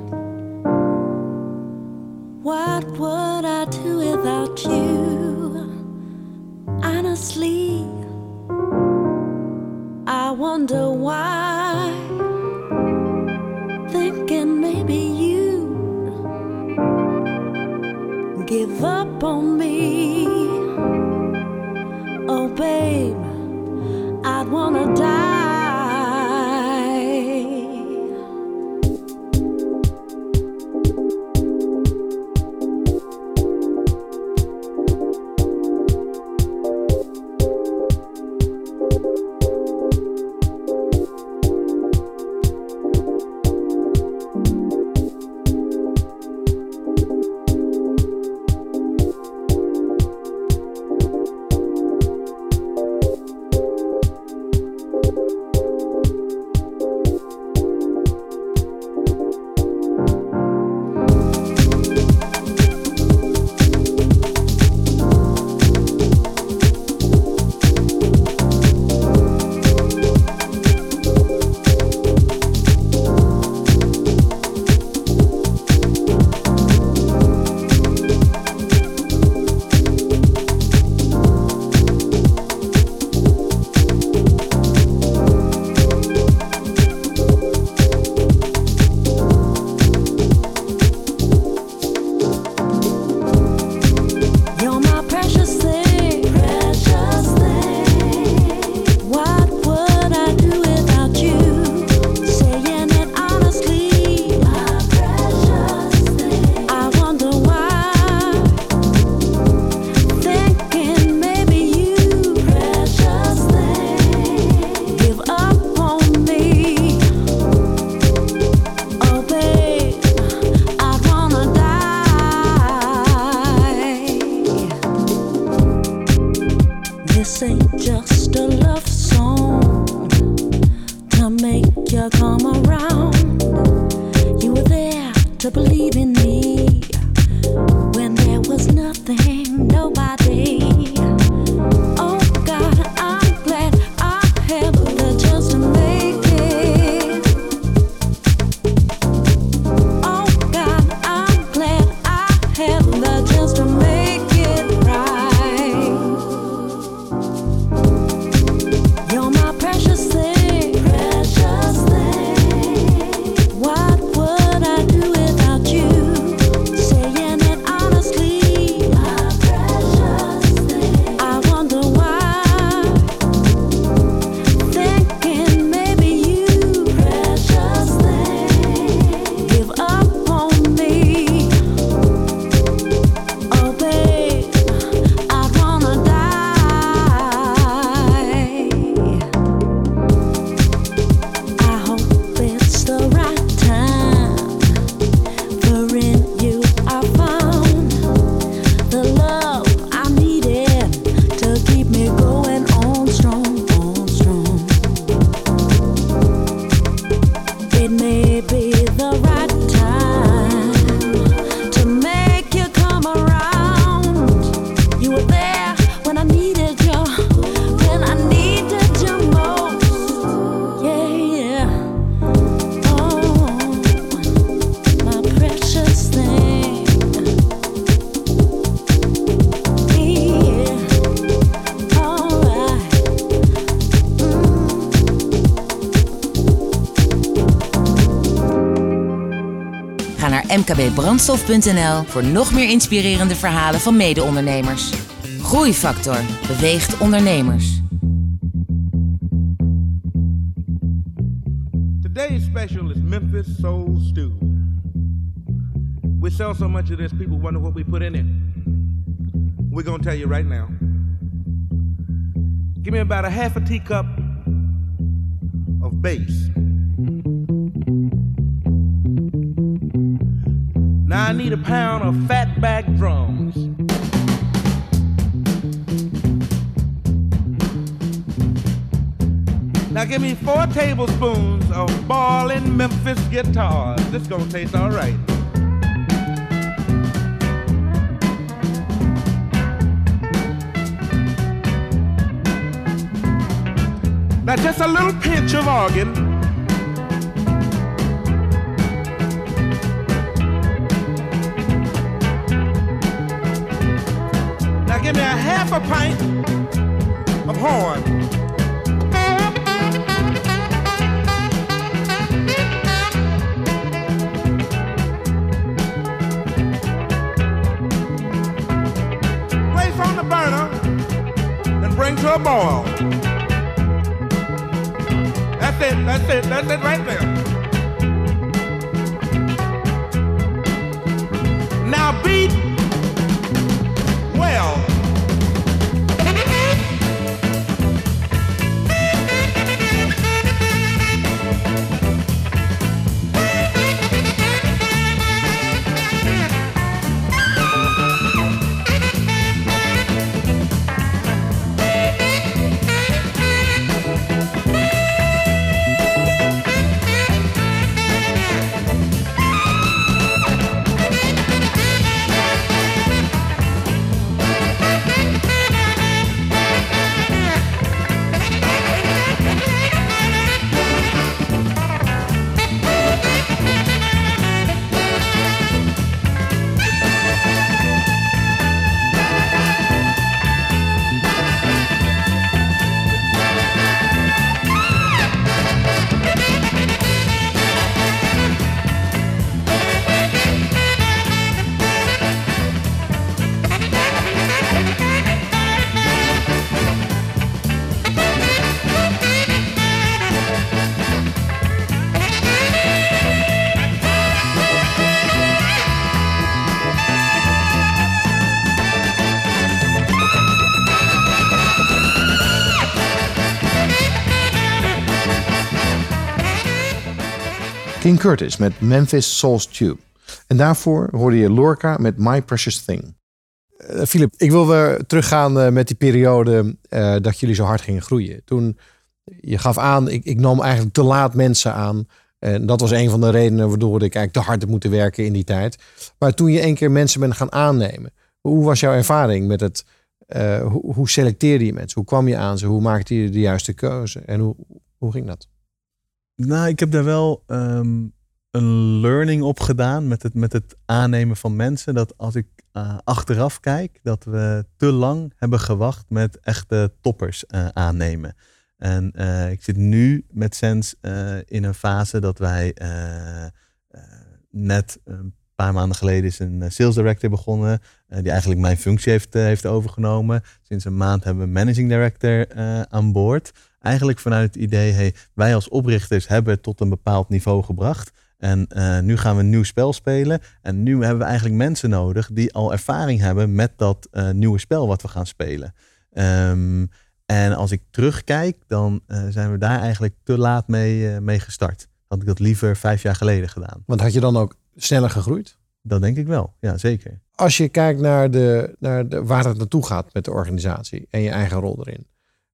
What would I do without you? Honestly, I wonder why. Thinking maybe you give up on me. Oh, babe, I'd wanna die. This ain't just a love song to make you come around. You were there to believe in me when there was nothing, nobody. Oh God, I'm glad I have the chance to make it. Oh God, I'm glad I have the chance to make it right. You're my precious thing, precious thing. What would I do without you? Saying it honestly, my precious thing. I wonder why. Thinking maybe you, precious thing, give up on me. Oh babe, I wanna die. I hope it's the right time, for in you I found the love I needed to keep me going on strong, on strong. It may be the right time to make you come around. You were there when I needed you, when I needed you most. Yeah, yeah. Oh, my precious thing. Yeah. All right. Ga naar m k b brandstof punt n l voor nog meer inspirerende verhalen van mede-ondernemers. Groeifactor beweegt ondernemers. Today's special is Memphis Soul Stew. We sell so much of this, people wonder what we put in it. We're gonna tell you right now. Give me about a half a teacup of bass. Now I need a pound of fatback drums. Now give me four tablespoons of ballin' Memphis guitars. This gonna taste all right. Now just a little pinch of organ. Now give me a half a pint of horn. to boil. That's it, that's it, that's it right there. Now beat well. King Curtis met Memphis Soul's Tube. En daarvoor hoorde je Lorca met My Precious Thing. Uh, Philip, ik wil weer teruggaan uh, met die periode uh, dat jullie zo hard gingen groeien. Toen je gaf aan, ik, ik nam eigenlijk te laat mensen aan. En dat was een van de redenen waardoor ik eigenlijk te hard heb moeten werken in die tijd. Maar toen je één keer mensen bent gaan aannemen. Hoe was jouw ervaring met het... Uh, hoe, hoe selecteerde je mensen? Hoe kwam je aan ze? Hoe maakte je de juiste keuze? En hoe, hoe ging dat? Nou, ik heb daar wel um, een learning op gedaan met het, met het aannemen van mensen. Dat als ik uh, achteraf kijk, dat we te lang hebben gewacht met echte toppers uh, aannemen. En uh, ik zit nu met Sense uh, in een fase dat wij uh, uh, net een paar maanden geleden is een sales director begonnen. Uh, die eigenlijk mijn functie heeft, uh, heeft overgenomen. Sinds een maand hebben we een managing director uh, aan boord. Eigenlijk vanuit het idee, hey, wij als oprichters hebben het tot een bepaald niveau gebracht. En uh, nu gaan we een nieuw spel spelen. En nu hebben we eigenlijk mensen nodig die al ervaring hebben met dat uh, nieuwe spel wat we gaan spelen. Um, en als ik terugkijk, dan uh, zijn we daar eigenlijk te laat mee, uh, mee gestart. Had ik dat liever vijf jaar geleden gedaan. Want had je dan ook sneller gegroeid? Dat denk ik wel, ja zeker. Als je kijkt naar, de, naar de, waar het naartoe gaat met de organisatie en je eigen rol erin.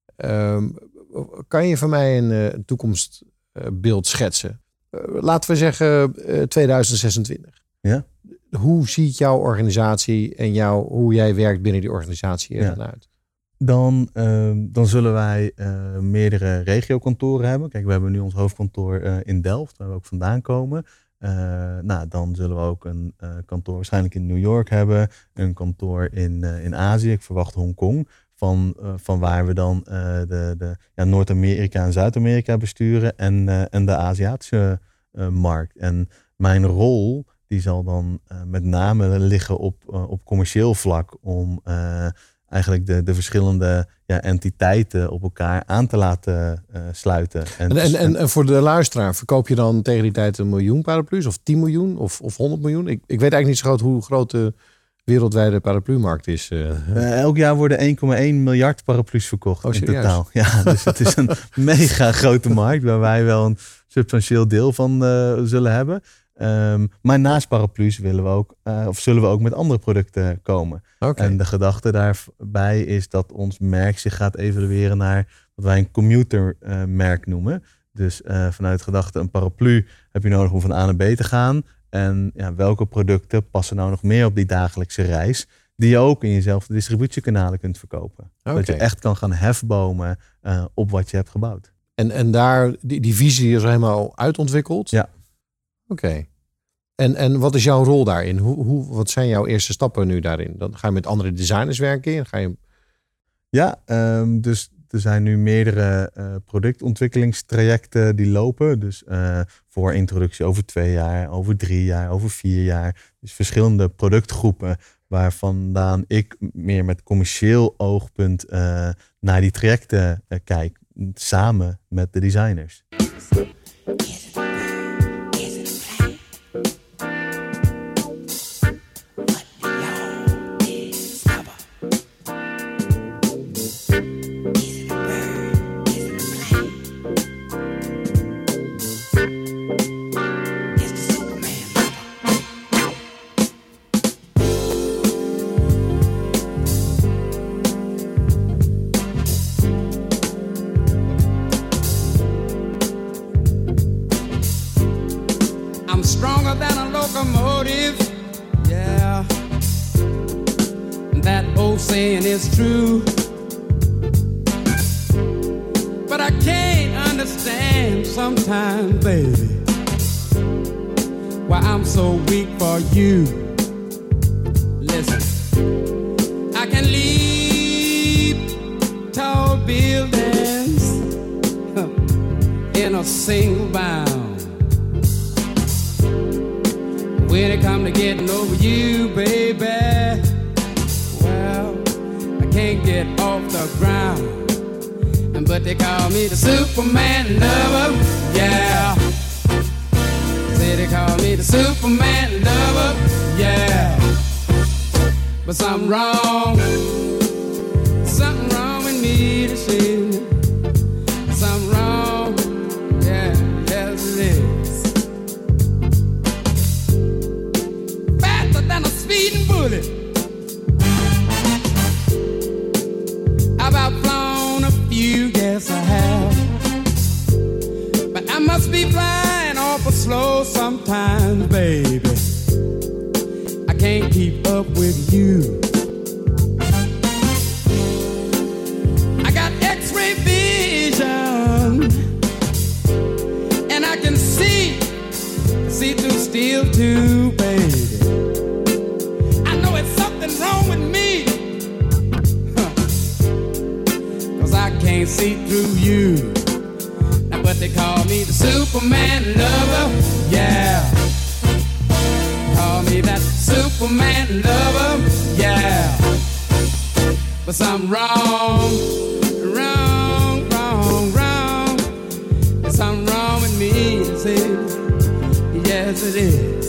Um, kan je voor mij een uh, toekomstbeeld schetsen? Uh, laten we zeggen uh, tweeduizend zesentwintig. Ja. Hoe ziet jouw organisatie en jou, hoe jij werkt binnen die organisatie er ja. dan uit? Dan, uh, dan zullen wij uh, meerdere regiokantoren hebben. Kijk, we hebben nu ons hoofdkantoor uh, in Delft, waar we ook vandaan komen. Uh, nou, dan zullen we ook een uh, kantoor waarschijnlijk in New York hebben. Een kantoor in, uh, in Azië, ik verwacht Hongkong. Van, uh, van waar we dan uh, de, de ja, Noord-Amerika en Zuid-Amerika besturen. En, uh, en de Aziatische uh, markt. En mijn rol die zal dan uh, met name liggen op, uh, op commercieel vlak. Om uh, eigenlijk de, de verschillende ja, entiteiten op elkaar aan te laten uh, sluiten. En, en, en, en, en voor de luisteraar, verkoop je dan tegen die tijd een miljoen paraplu's? Of tien miljoen? Of, of honderd miljoen? Ik, ik weet eigenlijk niet zo groot hoe groot de wereldwijde paraplumarkt is. Uh. Uh, elk jaar worden één komma één miljard paraplu's verkocht oh, in totaal. Ja, dus het is een mega grote markt waar wij wel een substantieel deel van uh, zullen hebben. Um, maar naast paraplu's willen we ook, uh, of zullen we ook met andere producten komen. Okay. En de gedachte daarbij is dat ons merk zich gaat evolueren naar wat wij een commutermerk uh, noemen. Dus uh, vanuit gedachte een paraplu heb je nodig om van A naar B te gaan. En ja, welke producten passen nou nog meer op die dagelijkse reis, die je ook in jezelfde distributiekanalen kunt verkopen. Okay. Dat je echt kan gaan hefbomen uh, op wat je hebt gebouwd. En, en daar, die, die visie is helemaal uitontwikkeld? Ja. Oké. Okay. En, en wat is jouw rol daarin? Hoe, hoe, wat zijn jouw eerste stappen nu daarin? Dan ga je met andere designers werken? Ga je... Ja, um, dus er zijn nu meerdere uh, productontwikkelingstrajecten die lopen. Dus uh, voor introductie over twee jaar, over drie jaar, over vier jaar. Dus verschillende productgroepen waar vandaan ik meer met commercieel oogpunt uh, naar die trajecten uh, kijk. Samen met de designers. Stronger than a locomotive, yeah. That old saying is true. But I can't understand sometimes, baby, why I'm so weak for you. Listen, I can leap tall buildings in a single bound. When it come to getting over you, baby, well, I can't get off the ground. But they call me the Superman lover, yeah. Say they call me the Superman lover, yeah. But something wrong, something wrong with me to see. Something wrong, yeah, yes it is. Than a speeding bullet, I've outflown a few, yes I have. But I must be flying awful slow sometimes, baby. I can't keep up with you. I got X-ray vision, and I can see, see through steel too, baby. Wrong with me, huh. Cause I can't see through you. Now but they call me the Superman lover, yeah. Call me that Superman lover, yeah. But something wrong, wrong, wrong, wrong. There's something wrong with me, see? Yes it is.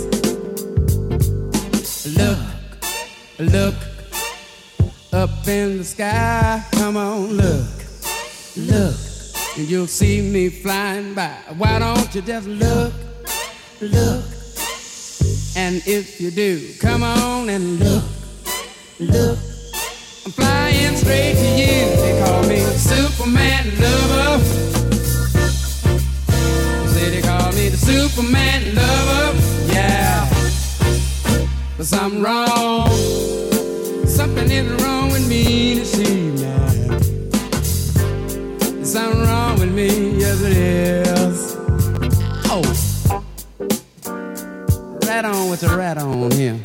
Look, look up in the sky, come on, look, look, and you'll see me flying by. Why don't you just look, look, and if you do, come on and look, look, I'm flying straight to you. They call me the Superman lover. Say they call me the Superman lover, yeah. But something wrong, something is wrong with me to see now. There's something wrong with me, yes it is. Oh, right on with the right on here.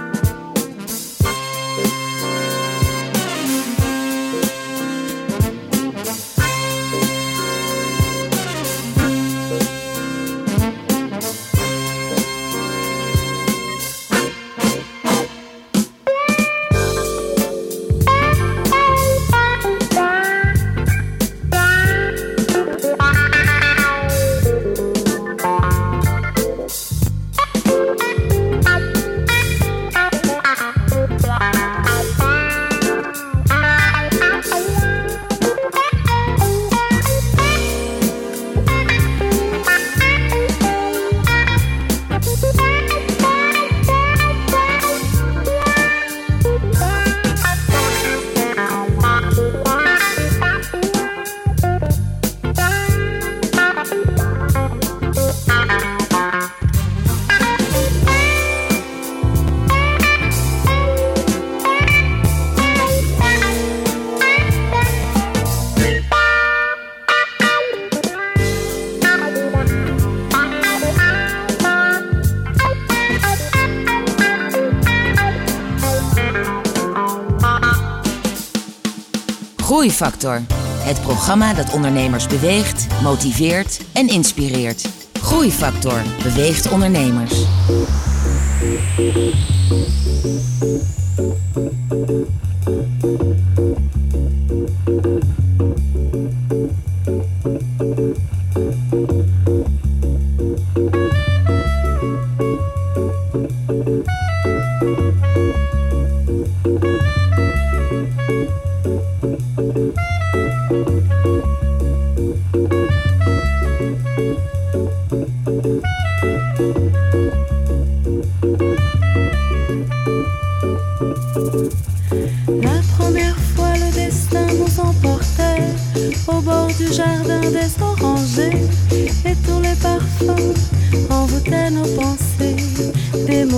Groeifactor. Het programma dat ondernemers beweegt, motiveert en inspireert. Groeifactor beweegt ondernemers.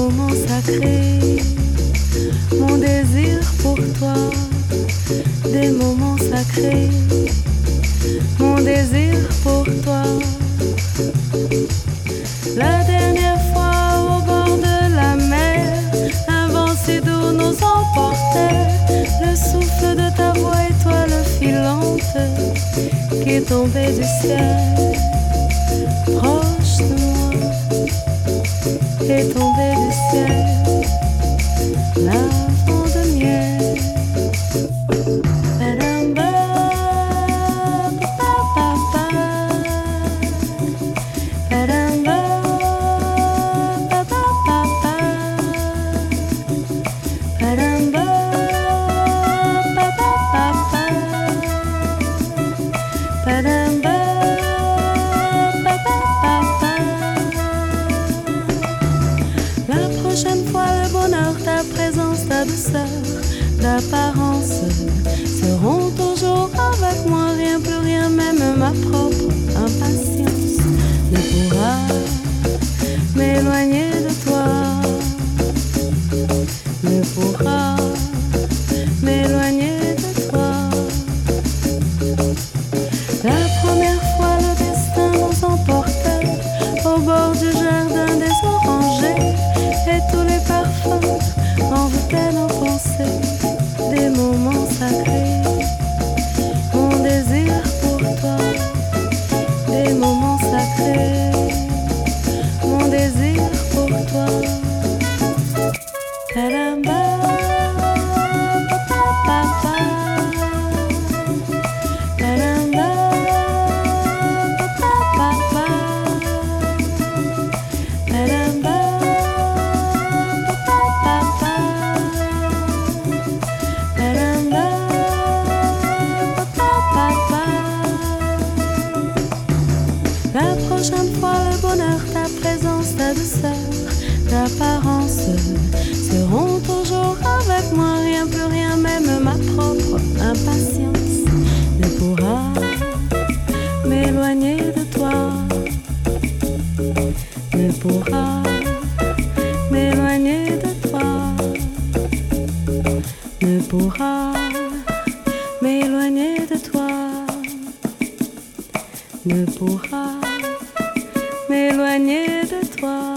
moments sacrés, mon désir pour toi. Des moments sacrés, mon désir pour toi. La dernière fois au bord de la mer, un vent si doux nous emportait. Le souffle de ta voix étoile filante qui tombait du ciel. Proche de moi, qui tombait du ciel. L'avant de miel. D'apparence seront toujours avec moi, rien plus rien, même ma propre impatience ne pourra m'éloigner de toi, ne pourra m'éloigner de toi. La première fois le destin nous emportait au bord du jardin des orangers et tous les parfums envoûtaient nos pensées. Des moments sacrés, mon désir pour toi. Des moments sacrés, mon désir pour toi. Caramba, papa, caramba, papa, caramba, papa. La prochaine fois le bonheur, ta présence, ta douceur, d'apparence seront toujours avec moi, rien plus rien, même ma propre impatience ne pourra m'éloigner de toi, ne pourra m'éloigner de toi, ne pourra m'éloigner de toi, ne pourra m'éloigner de toi.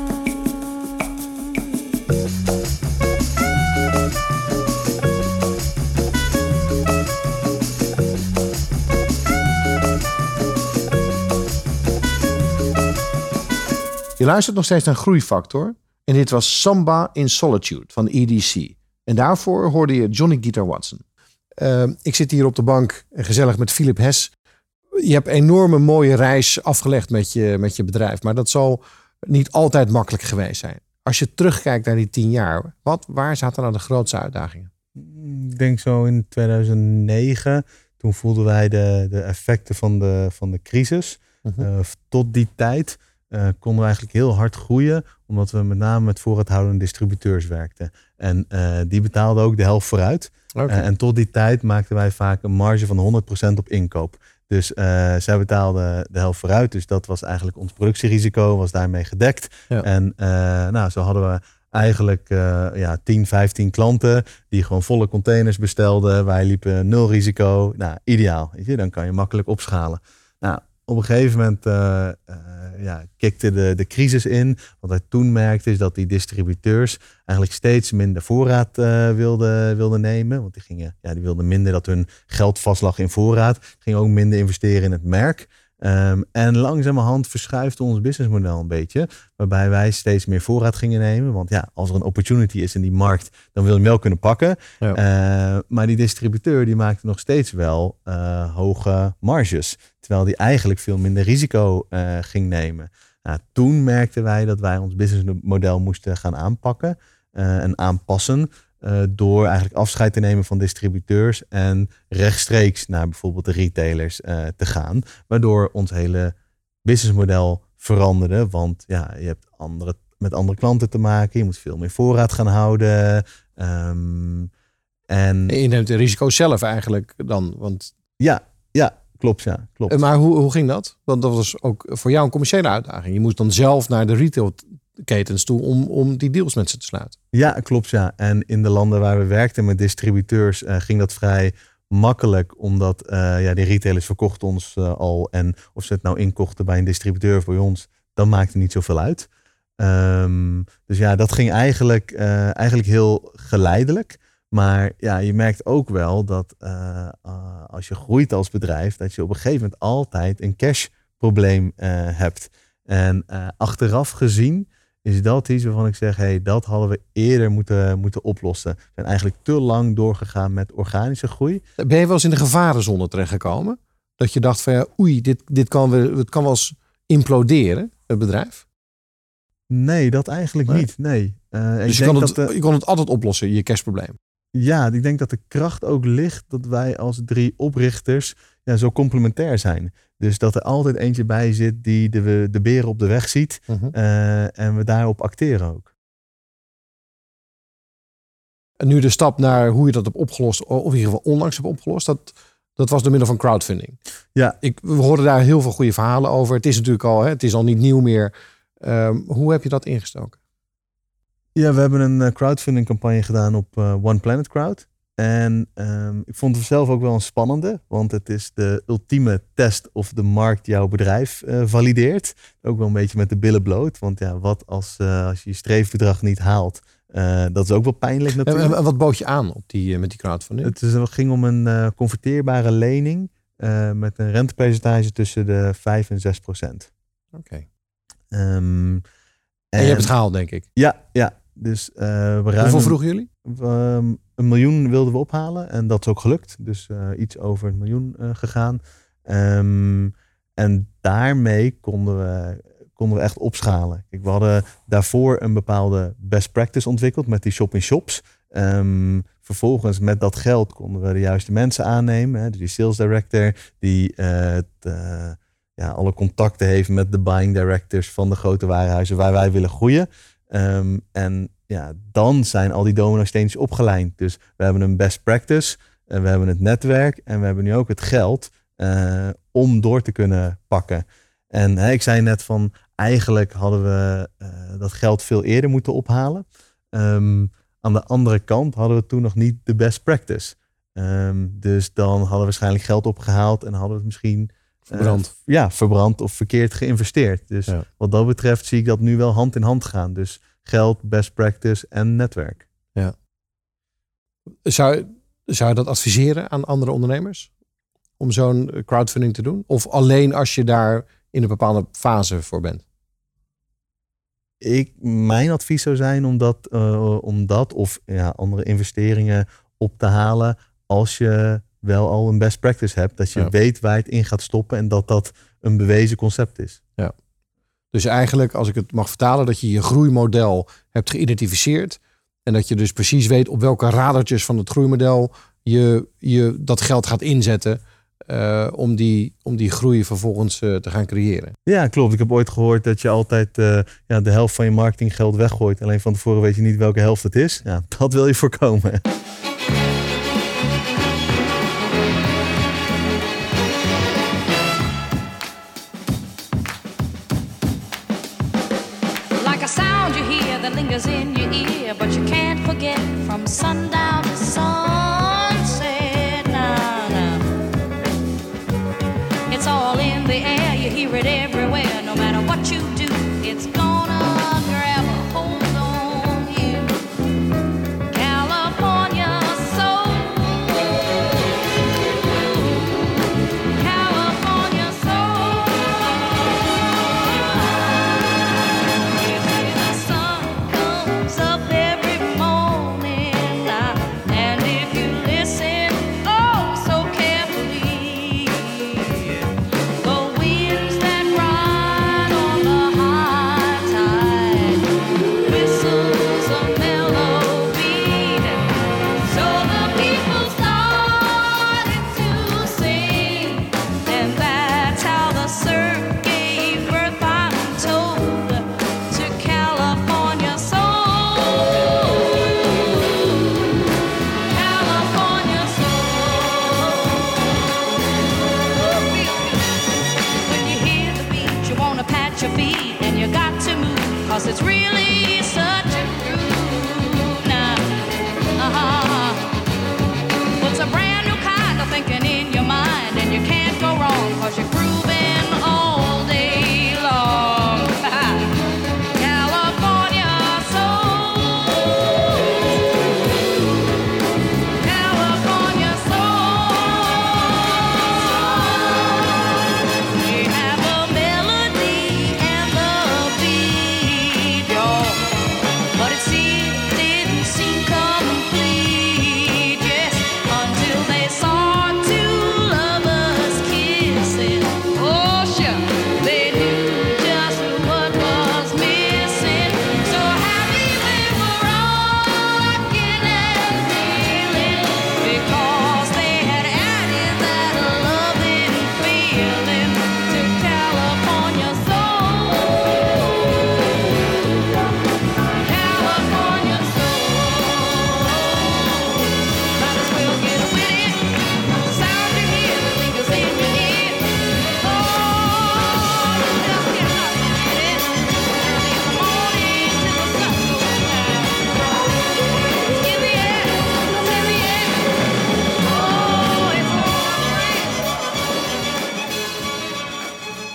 Je luistert nog steeds naar Groeifactor. En dit was Samba in Solitude van E D C. En daarvoor hoorde je Johnny Guitar Watson. Uh, ik zit hier op de bank gezellig met Philip Hes. Je hebt een enorme mooie reis afgelegd met je, met je bedrijf. Maar dat zal niet altijd makkelijk geweest zijn. Als je terugkijkt naar die tien jaar. Wat, waar zaten nou de grootste uitdagingen? Ik denk zo in tweeduizend negen. Toen voelden wij de, de effecten van de, van de crisis. Uh-huh. Uh, tot die tijd uh, konden we eigenlijk heel hard groeien. Omdat we met name met voorraadhoudende distributeurs werkten. En uh, die betaalden ook de helft vooruit. Okay. Uh, en tot die tijd maakten wij vaak een marge van honderd procent op inkoop. Dus uh, zij betaalden de helft vooruit. Dus dat was eigenlijk ons productierisico, was daarmee gedekt. Ja. En uh, nou, zo hadden we eigenlijk uh, ja, tien, vijftien klanten die gewoon volle containers bestelden. Wij liepen nul risico. Nou, ideaal. Weet je? Dan kan je makkelijk opschalen. Nou, op een gegeven moment uh, uh, ja, kikte de, de crisis in. Wat wij toen merkten is dat die distributeurs eigenlijk steeds minder voorraad uh, wilden, wilden nemen. Want die, gingen, ja, die wilden minder dat hun geld vast lag in voorraad. Gingen ook minder investeren in het merk. Um, en langzamerhand verschuift ons businessmodel een beetje. Waarbij wij steeds meer voorraad gingen nemen. Want ja, als er een opportunity is in die markt, dan wil je hem wel kunnen pakken. Ja. Uh, maar die distributeur die maakte nog steeds wel uh, hoge marges. Terwijl die eigenlijk veel minder risico uh, ging nemen. Nou, toen merkten wij dat wij ons businessmodel moesten gaan aanpakken uh, en aanpassen. Uh, door eigenlijk afscheid te nemen van distributeurs en rechtstreeks naar bijvoorbeeld de retailers uh, te gaan. Waardoor ons hele businessmodel veranderde. Want ja, je hebt andere, met andere klanten te maken. Je moet veel meer voorraad gaan houden. Um, en je neemt de risico zelf eigenlijk dan. Want... Ja, ja, klopt. Ja, klopt. Maar hoe, hoe ging dat? Want dat was ook voor jou een commerciële uitdaging. Je moest dan zelf naar de retail ketens toe om, om die deals met ze te sluiten. Ja, klopt ja. En in de landen waar we werkten met distributeurs uh, ging dat vrij makkelijk. Omdat uh, ja, die retailers verkochten ons uh, al. En of ze het nou inkochten bij een distributeur of bij ons, dan maakte niet zoveel uit. Um, dus ja, dat ging eigenlijk, uh, eigenlijk heel geleidelijk. Maar ja, je merkt ook wel dat uh, uh, als je groeit als bedrijf, dat je op een gegeven moment altijd een cashprobleem uh, hebt. En uh, achteraf gezien is dat iets waarvan ik zeg, hey, dat hadden we eerder moeten, moeten oplossen. We zijn eigenlijk te lang doorgegaan met organische groei. Ben je wel eens in de gevarenzone terechtgekomen? Dat je dacht van ja, oei, dit, dit kan, we, het kan wel eens imploderen, het bedrijf? Nee, dat eigenlijk nee. niet. Nee. Uh, dus ik je, denk kon het, dat de, je kon het altijd oplossen, je cashprobleem. Ja, ik denk dat de kracht ook ligt dat wij als drie oprichters ja, zo complementair zijn. Dus dat er altijd eentje bij zit die de, de beren op de weg ziet. Uh-huh. Uh, en we daarop acteren ook. En nu de stap naar hoe je dat hebt opgelost, of in ieder geval onlangs hebt opgelost, dat, dat was door middel van crowdfunding. Ja. Ik, we hoorden daar heel veel goede verhalen over. Het is natuurlijk al, hè, het is al niet nieuw meer. Um, hoe heb je dat ingestoken? Ja, we hebben een crowdfunding campagne gedaan op uh, One Planet Crowd. En um, ik vond het zelf ook wel een spannende. Want het is de ultieme test of de markt jouw bedrijf uh, valideert. Ook wel een beetje met de billen bloot. Want ja, wat als, uh, als je je streefbedrag niet haalt. Uh, dat is ook wel pijnlijk natuurlijk. En, en wat bood je aan op die, uh, met die crowdfunding? Het, is, het ging om een uh, converteerbare lening. Uh, met een rentepercentage tussen de vijf en zes procent. Oké. Okay. Um, en, en je hebt het gehaald, denk ik? Ja, ja. Dus, uh, we Hoeveel vroegen jullie? Um, een miljoen wilden we ophalen en dat is ook gelukt. Dus uh, iets over een miljoen uh, gegaan. Um, en daarmee konden we, konden we echt opschalen. Kijk, we hadden daarvoor een bepaalde best practice ontwikkeld met die shop-in-shops. Um, vervolgens met dat geld konden we de juiste mensen aannemen. Hè, dus die sales director die uh, het, uh, ja, alle contacten heeft met de buying directors van de grote warenhuizen waar wij willen groeien. Um, en ja, dan zijn al die domino-steentjes opgelijnd. Dus we hebben een best practice, en we hebben het netwerk en we hebben nu ook het geld uh, om door te kunnen pakken. En hè, ik zei net van, eigenlijk hadden we uh, dat geld veel eerder moeten ophalen. Um, aan de andere kant hadden we toen nog niet de best practice. Um, dus dan hadden we waarschijnlijk geld opgehaald en hadden we het misschien verbrand. Uh, ja, verbrand of verkeerd geïnvesteerd. Dus ja. Wat dat betreft zie ik dat nu wel hand in hand gaan. Dus geld, best practice en netwerk. Ja. Zou, zou je dat adviseren aan andere ondernemers? Om zo'n crowdfunding te doen? Of alleen als je daar in een bepaalde fase voor bent? Ik, mijn advies zou zijn om dat, uh, om dat of ja, andere investeringen op te halen als je wel al een best practice hebt. Dat je ja. weet waar je het in gaat stoppen en dat dat een bewezen concept is. Ja. Dus eigenlijk, als ik het mag vertalen, dat je je groeimodel hebt geïdentificeerd. En dat je dus precies weet op welke radertjes van het groeimodel je, je dat geld gaat inzetten. Uh, om, die, om die groei vervolgens uh, te gaan creëren. Ja, klopt. Ik heb ooit gehoord dat je altijd uh, ja, de helft van je marketinggeld weggooit. Alleen van tevoren weet je niet welke helft het is. Ja, dat wil je voorkomen. Lingers in your ear, but you can't forget from sundown to sunset. Nah, nah. It's all in the air, you hear it everywhere. No matter what you do, it's gonna grab a hold on you. California soul, California soul. You see the sun up every morning now.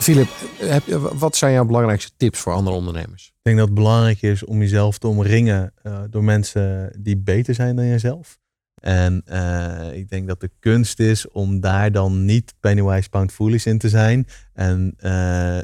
Philip, heb, wat zijn jouw belangrijkste tips voor andere ondernemers? Ik denk dat het belangrijk is om jezelf te omringen uh, door mensen die beter zijn dan jezelf. En uh, ik denk dat de kunst is om daar dan niet pennywise pound foolish in te zijn. En uh,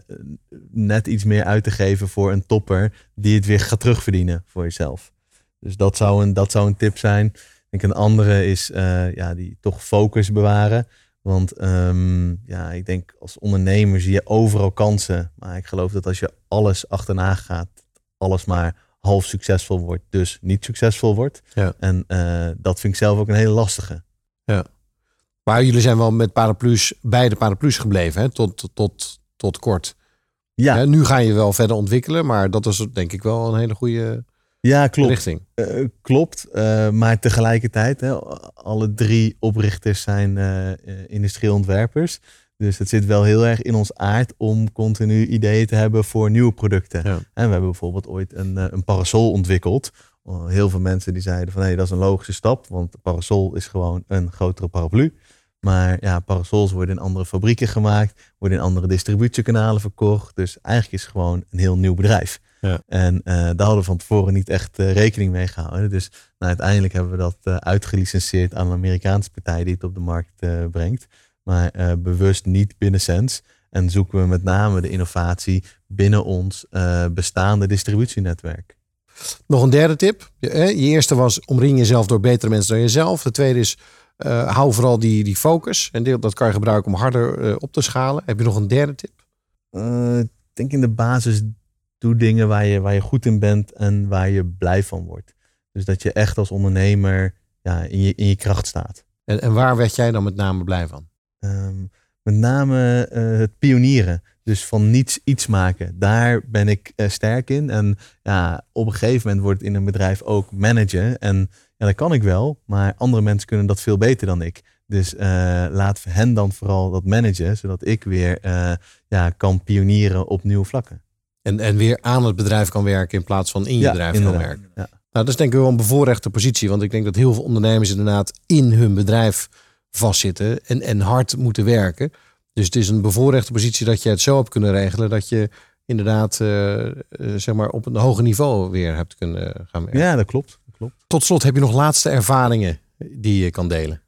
net iets meer uit te geven voor een topper die het weer gaat terugverdienen voor jezelf. Dus dat zou een, dat zou een tip zijn. Ik denk een andere is uh, ja, die toch focus bewaren. Want um, ja, ik denk als ondernemer zie je overal kansen. Maar ik geloof dat als je alles achterna gaat, alles maar half succesvol wordt, dus niet succesvol wordt. Ja. En uh, dat vind ik zelf ook een hele lastige. Ja. Maar jullie zijn wel met paraplu's, bij de paraplu's gebleven, hè? Tot, tot, tot, tot kort. Ja. Ja. Nu ga je wel verder ontwikkelen, maar dat is denk ik wel een hele goede ja, klopt. richting. Uh, klopt, uh, maar tegelijkertijd, hè, alle drie oprichters zijn uh, industrieel ontwerpers. Dus het zit wel heel erg in ons aard om continu ideeën te hebben voor nieuwe producten. Ja. En we hebben bijvoorbeeld ooit een, een parasol ontwikkeld. Heel veel mensen die zeiden van hé, hey, dat is een logische stap. Want de parasol is gewoon een grotere paraplu. Maar ja, parasols worden in andere fabrieken gemaakt. Worden in andere distributiekanalen verkocht. Dus eigenlijk is het gewoon een heel nieuw bedrijf. Ja. En uh, daar hadden we van tevoren niet echt uh, rekening mee gehouden. Dus nou, uiteindelijk hebben we dat uh, uitgelicenseerd aan een Amerikaanse partij die het op de markt uh, brengt. Maar uh, bewust niet binnen Sens. En zoeken we met name de innovatie binnen ons uh, bestaande distributienetwerk. Nog een derde tip. Je, je eerste was omring jezelf door betere mensen dan jezelf. De tweede is uh, hou vooral die, die focus. En dat kan je gebruiken om harder uh, op te schalen. Heb je nog een derde tip? Uh, ik denk in de basis doe dingen waar je, waar je goed in bent en waar je blij van wordt. Dus dat je echt als ondernemer ja, in, je, in je kracht staat. En, en waar werd jij dan met name blij van? Um, met name uh, het pionieren. Dus van niets iets maken. Daar ben ik uh, sterk in. En ja, op een gegeven moment wordt het in een bedrijf ook managen. En ja, dat kan ik wel. Maar andere mensen kunnen dat veel beter dan ik. Dus uh, laat hen dan vooral dat managen. Zodat ik weer uh, ja, kan pionieren op nieuwe vlakken. En, en weer aan het bedrijf kan werken in plaats van in je ja, bedrijf inderdaad. kan werken. Ja. Nou, dat is denk ik wel een bevoorrechte positie. Want ik denk dat heel veel ondernemers inderdaad in hun bedrijf vastzitten en, en hard moeten werken. Dus het is een bevoorrechte positie dat je het zo hebt kunnen regelen dat je inderdaad uh, uh, zeg maar op een hoger niveau weer hebt kunnen gaan werken. Ja, dat klopt. dat klopt. Tot slot, heb je nog laatste ervaringen die je kan delen?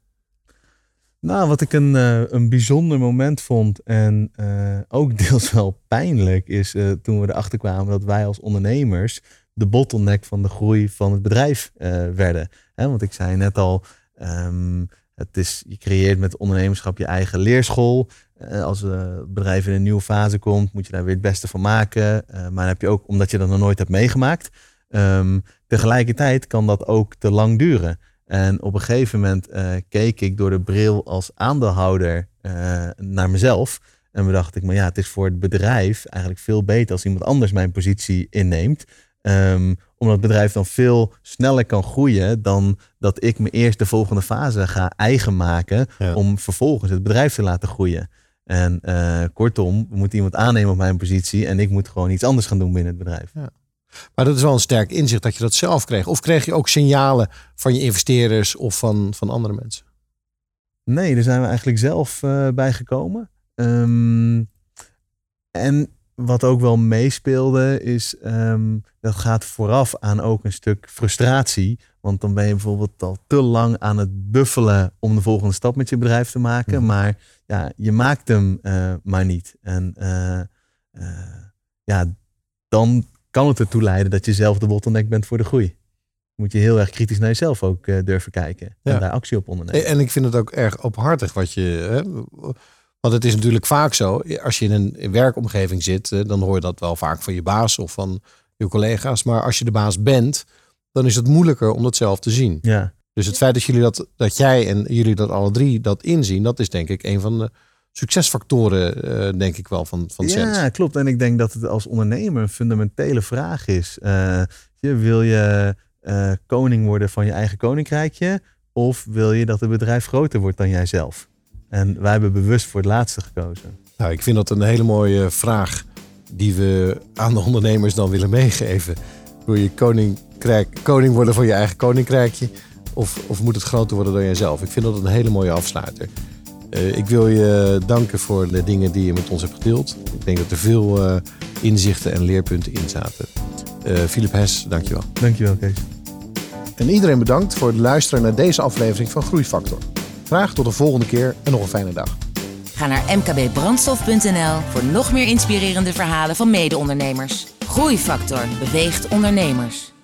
Nou, wat ik een, uh, een bijzonder moment vond en uh, ook deels wel pijnlijk is uh, toen we erachter kwamen dat wij als ondernemers de bottleneck van de groei van het bedrijf uh, werden. He, want ik zei net al, um, het is, je creëert met ondernemerschap je eigen leerschool. Uh, als het bedrijf in een nieuwe fase komt, moet je daar weer het beste van maken. Uh, maar dan heb je ook, omdat je dat nog nooit hebt meegemaakt. Um, tegelijkertijd kan dat ook te lang duren. En op een gegeven moment uh, keek ik door de bril als aandeelhouder uh, naar mezelf. En bedacht ik, maar ja, het is voor het bedrijf eigenlijk veel beter als iemand anders mijn positie inneemt. Um, omdat het bedrijf dan veel sneller kan groeien dan dat ik me eerst de volgende fase ga eigen maken. Ja. Om vervolgens het bedrijf te laten groeien. En uh, kortom, we moeten iemand aannemen op mijn positie en ik moet gewoon iets anders gaan doen binnen het bedrijf. Ja. Maar dat is wel een sterk inzicht dat je dat zelf kreeg. Of kreeg je ook signalen van je investeerders of van, van andere mensen? Nee, daar zijn we eigenlijk zelf uh, bij gekomen. Um, en wat ook wel meespeelde is, um, dat gaat vooraf aan ook een stuk frustratie. Want dan ben je bijvoorbeeld al te lang aan het buffelen om de volgende stap met je bedrijf te maken. Mm. Maar ja, je maakt hem uh, maar niet. En uh, uh, ja, dan kan het ertoe leiden dat je zelf de bottleneck bent voor de groei. Moet je heel erg kritisch naar jezelf ook uh, durven kijken. Ja. En daar actie op ondernemen. En ik vind het ook erg openhartig wat je... Hè, want het is natuurlijk vaak zo, als je in een werkomgeving zit, dan hoor je dat wel vaak van je baas of van je collega's. Maar als je de baas bent, dan is het moeilijker om dat zelf te zien. Ja. Dus het feit dat jullie dat, dat jij en jullie dat alle drie dat inzien, dat is denk ik een van de succesfactoren, uh, denk ik wel, van, van Sens. Ja, klopt. En ik denk dat het als ondernemer een fundamentele vraag is. Uh, wil je uh, koning worden van je eigen koninkrijkje? Of wil je dat het bedrijf groter wordt dan jijzelf? En wij hebben bewust voor het laatste gekozen. Nou, ik vind dat een hele mooie vraag die we aan de ondernemers dan willen meegeven. Wil je koninkrijk, koning worden van je eigen koninkrijkje? Of, of moet het groter worden dan jijzelf? Ik vind dat een hele mooie afsluiter. Uh, ik wil je danken voor de dingen die je met ons hebt gedeeld. Ik denk dat er veel uh, inzichten en leerpunten in zaten. Uh, Philip Hes, dankjewel. Dankjewel, Kees. En iedereen bedankt voor het luisteren naar deze aflevering van Groeifactor. Graag tot de volgende keer en nog een fijne dag. Ga naar m k b brandstof punt n l voor nog meer inspirerende verhalen van mede-ondernemers. Groeifactor beweegt ondernemers.